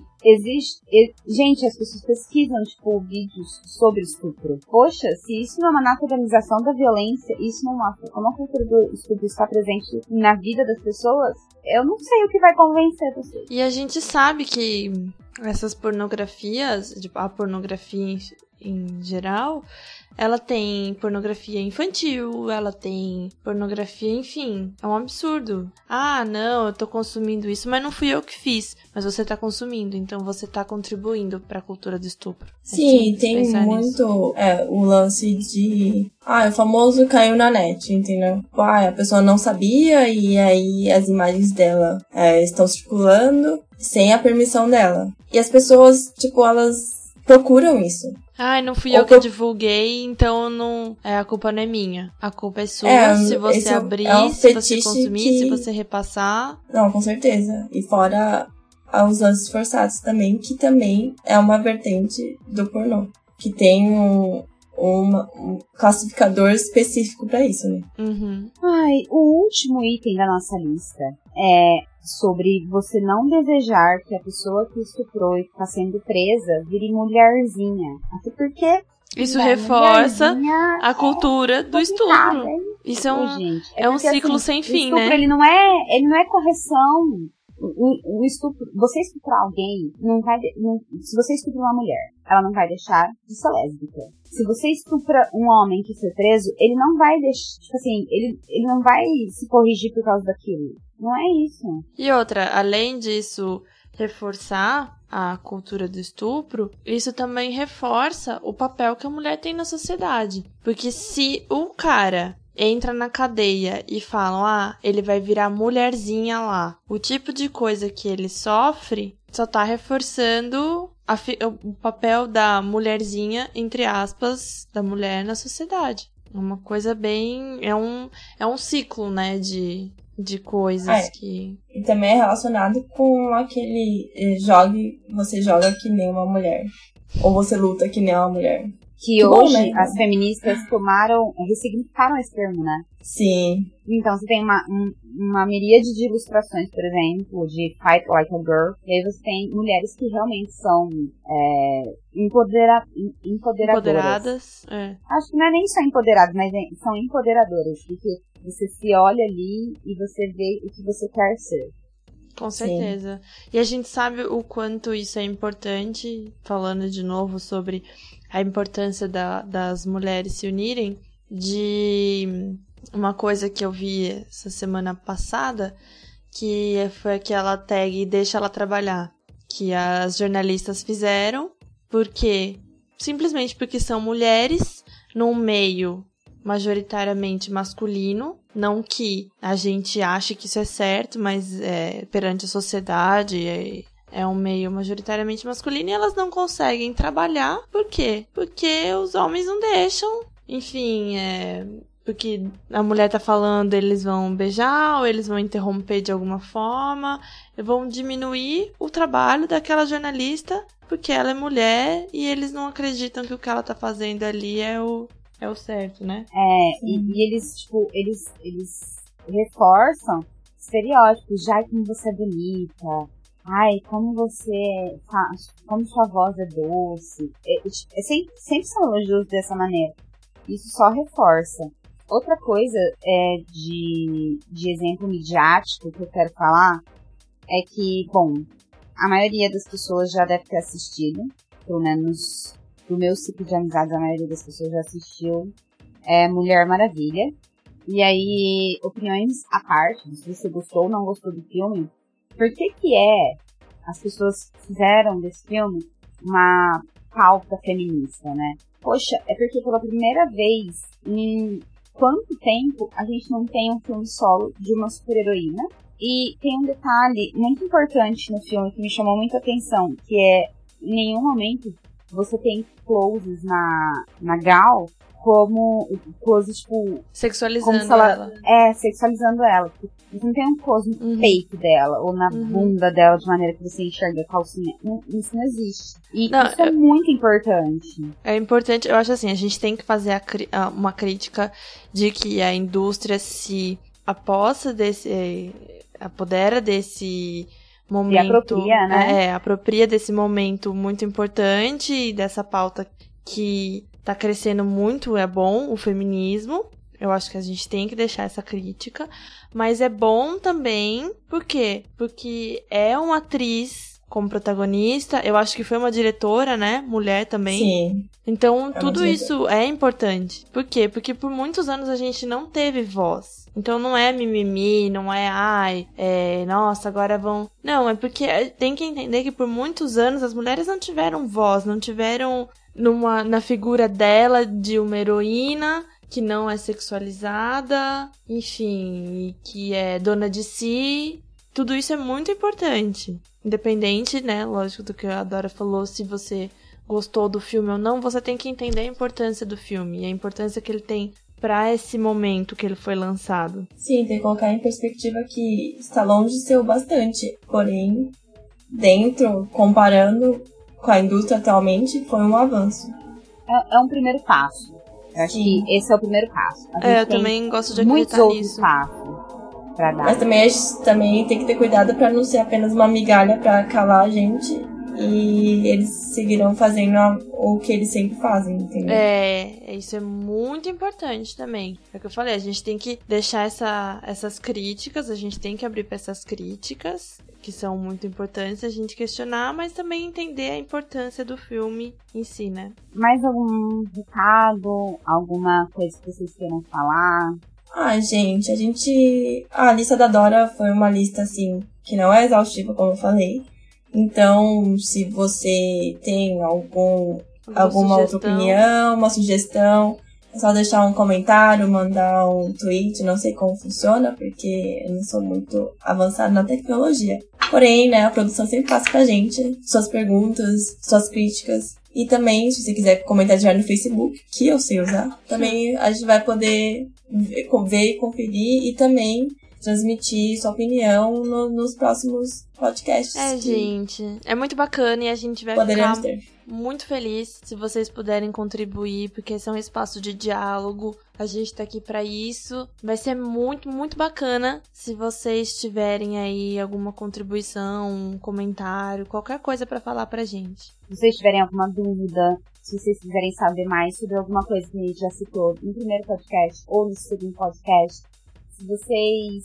Gente, as pessoas pesquisam, vídeos sobre estupro. Poxa, se isso não é uma naturalização da violência, isso não mostra como a cultura do estupro está presente na vida das pessoas, eu não sei o que vai convencer você. E a gente sabe que essas pornografias, a pornografia em geral, ela tem pornografia infantil, ela tem pornografia, enfim, é um absurdo. Não, eu tô consumindo isso, mas não fui eu que fiz, mas você tá consumindo, então você tá contribuindo pra cultura do estupro. Sim, tem muito o lance de o famoso caiu na net, entendeu? A pessoa não sabia e aí as imagens dela estão circulando sem a permissão dela. E as pessoas, elas procuram isso. Não fui eu que divulguei, então a culpa não é minha. A culpa é sua, se você abrir, se você consumir, se você repassar. Não, com certeza. E fora os lances forçados também, que também é uma vertente do pornô. Que tem um classificador específico pra isso, né? Uhum. O último item da nossa lista é sobre você não desejar que a pessoa que estuprou e está sendo presa vire mulherzinha. Até porque isso reforça a cultura do estupro. Isso é um ciclo sem fim, né? Ele não é correção. O estupro, você estuprar alguém, se você estupra uma mulher, ela não vai deixar de ser lésbica. Se você estupra um homem que foi preso, ele não vai deixar, ele não vai se corrigir por causa daquilo. Não é isso. E outra, além disso reforçar a cultura do estupro, isso também reforça o papel que a mulher tem na sociedade. Porque se o cara entra na cadeia e falam, ele vai virar mulherzinha lá, o tipo de coisa que ele sofre só tá reforçando o papel da mulherzinha, entre aspas, da mulher na sociedade. Uma coisa bem... É um ciclo, né, de coisas que... E também é relacionado com aquele você joga que nem uma mulher. Ou você luta que nem uma mulher. Que hoje as feministas ressignificaram esse termo, né? Sim. Então você tem uma miríade de ilustrações, por exemplo, de Fight Like a Girl. E aí você tem mulheres que realmente são empoderadoras. Acho que não é nem só empoderadas, mas são empoderadoras. Porque você se olha ali e você vê o que você quer ser. Com certeza. Sim. E a gente sabe o quanto isso é importante, falando de novo sobre a importância das mulheres se unirem, de uma coisa que eu vi essa semana passada, que foi aquela tag Deixa Ela Trabalhar, que as jornalistas fizeram, simplesmente porque são mulheres num meio majoritariamente masculino, não que a gente ache que isso é certo, mas perante a sociedade é um meio majoritariamente masculino e elas não conseguem trabalhar. Por quê? Porque os homens não deixam, enfim, porque a mulher tá falando, eles vão beijar ou eles vão interromper de alguma forma, vão diminuir o trabalho daquela jornalista porque ela é mulher e eles não acreditam que o que ela tá fazendo ali é o certo, né? E eles reforçam estereótipos. Já como você é bonita, ai, como você faz, como sua voz é doce. Sempre são elogios dessa maneira. Isso só reforça. Outra coisa de exemplo midiático que eu quero falar é que, bom, a maioria das pessoas já deve ter assistido, pelo menos do meu ciclo de amizades, a maioria das pessoas já assistiu Mulher Maravilha. E aí, opiniões à parte, se você gostou ou não gostou do filme, por que as pessoas fizeram desse filme uma pauta feminista, né? Poxa, é porque pela primeira vez em quanto tempo a gente não tem um filme solo de uma super-heroína. E tem um detalhe muito importante no filme que me chamou muita atenção, que em nenhum momento você tem closes na Gal como close, tipo... Sexualizando ela. Sexualizando ela. Você não tem um close no peito dela, ou na bunda dela, de maneira que você enxerga a calcinha. Isso não existe. E isso é muito importante. É importante, eu acho assim, a gente tem que fazer uma crítica de que a indústria se apodera desse momento, e apropria, né? Apropria desse momento muito importante e dessa pauta que tá crescendo muito, é bom, o feminismo. Eu acho que a gente tem que deixar essa crítica, mas é bom também, por quê? Porque é uma atriz como protagonista, eu acho que foi uma diretora, né? Mulher também. Sim. Então, tudo isso é importante. Por quê? Porque por muitos anos a gente não teve voz. Então, não é mimimi, não nossa, agora vão... Não, é porque tem que entender que por muitos anos as mulheres não tiveram voz, não tiveram na figura dela de uma heroína que não é sexualizada, enfim, que é dona de si. Tudo isso é muito importante. Independente, né, lógico, do que a Dora falou, se você gostou do filme ou não, você tem que entender a importância do filme e a importância que ele tem para esse momento que ele foi lançado. Sim, tem que colocar em perspectiva que Stallone disse bastante, porém, comparando com a indústria atualmente, foi um avanço. É um primeiro passo. Eu acho que esse é o primeiro passo. Eu também gosto de acreditar nisso. Pra dar. Mas também tem que ter cuidado pra não ser apenas uma migalha pra calar a gente e eles seguirão fazendo o que eles sempre fazem, entendeu? Isso é muito importante também. É o que eu falei, a gente tem que deixar essas críticas, a gente tem que abrir pra essas críticas, que são muito importantes a gente questionar, mas também entender a importância do filme em si, né? Mais algum recado, alguma coisa que vocês queiram falar? Gente, a lista da Dora foi uma lista, assim, que não é exaustiva, como eu falei. Então, se você tem alguma outra opinião, uma sugestão, é só deixar um comentário, mandar um tweet, não sei como funciona, porque eu não sou muito avançada na tecnologia. Porém, né, a produção sempre passa pra gente suas perguntas, suas críticas. E também, se você quiser comentar diário no Facebook, que eu sei usar, também a gente vai poder ver e conferir e também transmitir sua opinião nos próximos podcasts. Gente, é muito bacana e a gente vai ficar muito feliz se vocês puderem contribuir, porque esse é um espaço de diálogo, a gente tá aqui pra isso. Vai ser muito, muito bacana se vocês tiverem aí alguma contribuição, um comentário, qualquer coisa pra falar pra gente. Se vocês tiverem alguma dúvida, se vocês quiserem saber mais sobre alguma coisa que a gente já citou no primeiro podcast ou no segundo podcast, se vocês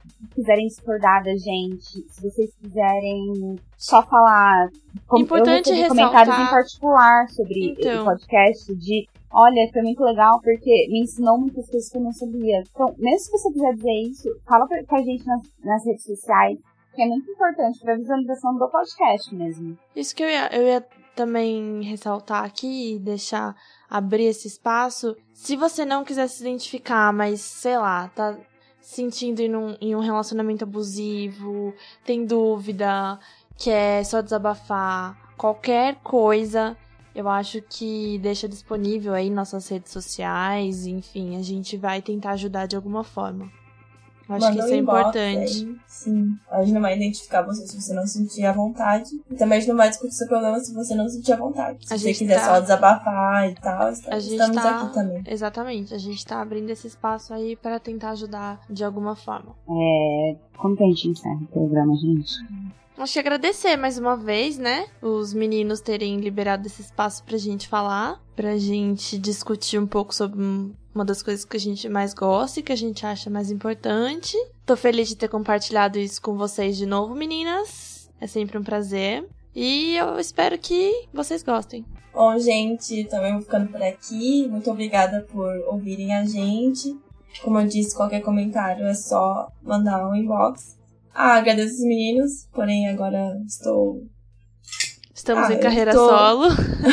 quiserem discordar da gente, se vocês quiserem só falar... Importante eu recebi ressaltar... comentários em particular sobre o podcast de... Olha, foi muito legal porque me ensinou muitas coisas que eu não sabia. Então, mesmo se você quiser dizer isso, fala com a gente nas redes sociais, que é muito importante para a visualização do podcast mesmo. Isso que eu ia também ressaltar aqui e abrir esse espaço. Se você não quiser se identificar, mas, sei lá, tá sentindo em um relacionamento abusivo, tem dúvida, quer só desabafar, qualquer coisa, eu acho que deixa disponível aí nossas redes sociais, enfim, a gente vai tentar ajudar de alguma forma. Acho que isso é importante. Aí, sim, a gente não vai identificar você se você não sentir à vontade. E também a gente não vai discutir seu problema se você não sentir à vontade. Se você quiser só desabafar e tal, estamos aqui também. Exatamente, a gente tá abrindo esse espaço aí pra tentar ajudar de alguma forma. Como que a gente encerra o programa, gente? Acho que agradecer mais uma vez, né? Os meninos terem liberado esse espaço pra gente falar, pra gente discutir um pouco sobre uma das coisas que a gente mais gosta e que a gente acha mais importante. Tô feliz de ter compartilhado isso com vocês de novo, meninas. É sempre um prazer. E eu espero que vocês gostem. Bom, gente, também vou ficando por aqui. Muito obrigada por ouvirem a gente. Como eu disse, qualquer comentário é só mandar um inbox. Agradeço os meninos, porém agora Estamos em carreira solo.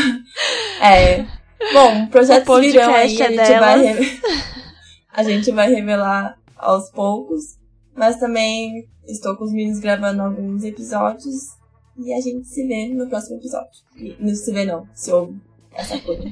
Bom, projetos virão aí, a gente vai revelar aos poucos. Mas também estou com os meninos gravando alguns episódios. E a gente se vê no próximo episódio. Não se vê não, se ouve essa coisa.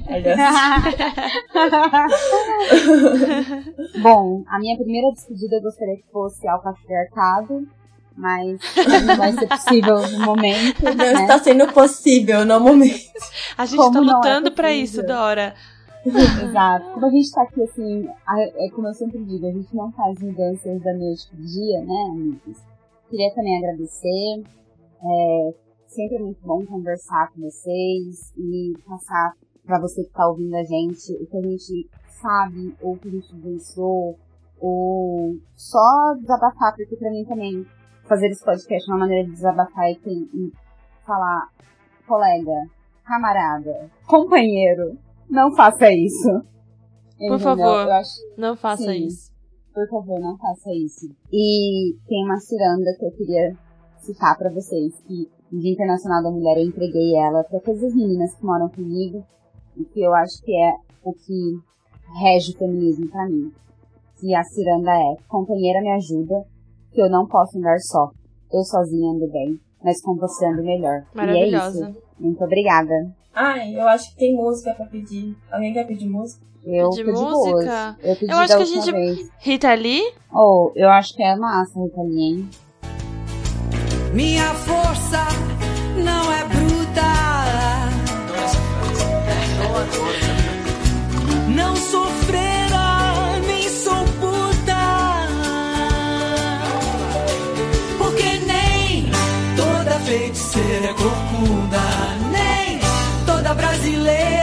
Bom, a minha primeira despedida eu gostaria que fosse ao patriarcado. Mas não vai ser possível no momento. Não está sendo possível no momento. A gente está lutando pra isso, Dora. Exato. Como a gente tá aqui, assim, como eu sempre digo, a gente não faz mudanças da noite pro dia, né, amigos? Queria também agradecer. Sempre é muito bom conversar com vocês e passar pra você que tá ouvindo a gente o que a gente sabe, ou o que a gente pensou, ou só desabafar, porque pra mim também fazer esse podcast é uma maneira de desabafar e falar, colega, camarada, companheiro, não faça isso. Por favor, não faça isso. Por favor, não faça isso. E tem uma ciranda que eu queria citar pra vocês, que no Dia Internacional da Mulher eu entreguei ela pra todas as meninas que moram comigo, e que eu acho que é o que rege o feminismo pra mim. E a ciranda é: companheira, me ajuda, que eu não posso andar só. Eu sozinha ando bem, mas com você ando melhor. Maravilhosa. E é isso. Muito obrigada. Eu acho que tem música pra pedir. Alguém quer pedir música? Eu pedi música. Eu pedi acho que a gente... vez. Rita Lee? Eu acho que é massa, Rita Lee, hein? Minha força não é bruta. Não sou freira, nem sou puta. Porque nem toda feiticeira é corcunda, nem toda brasileira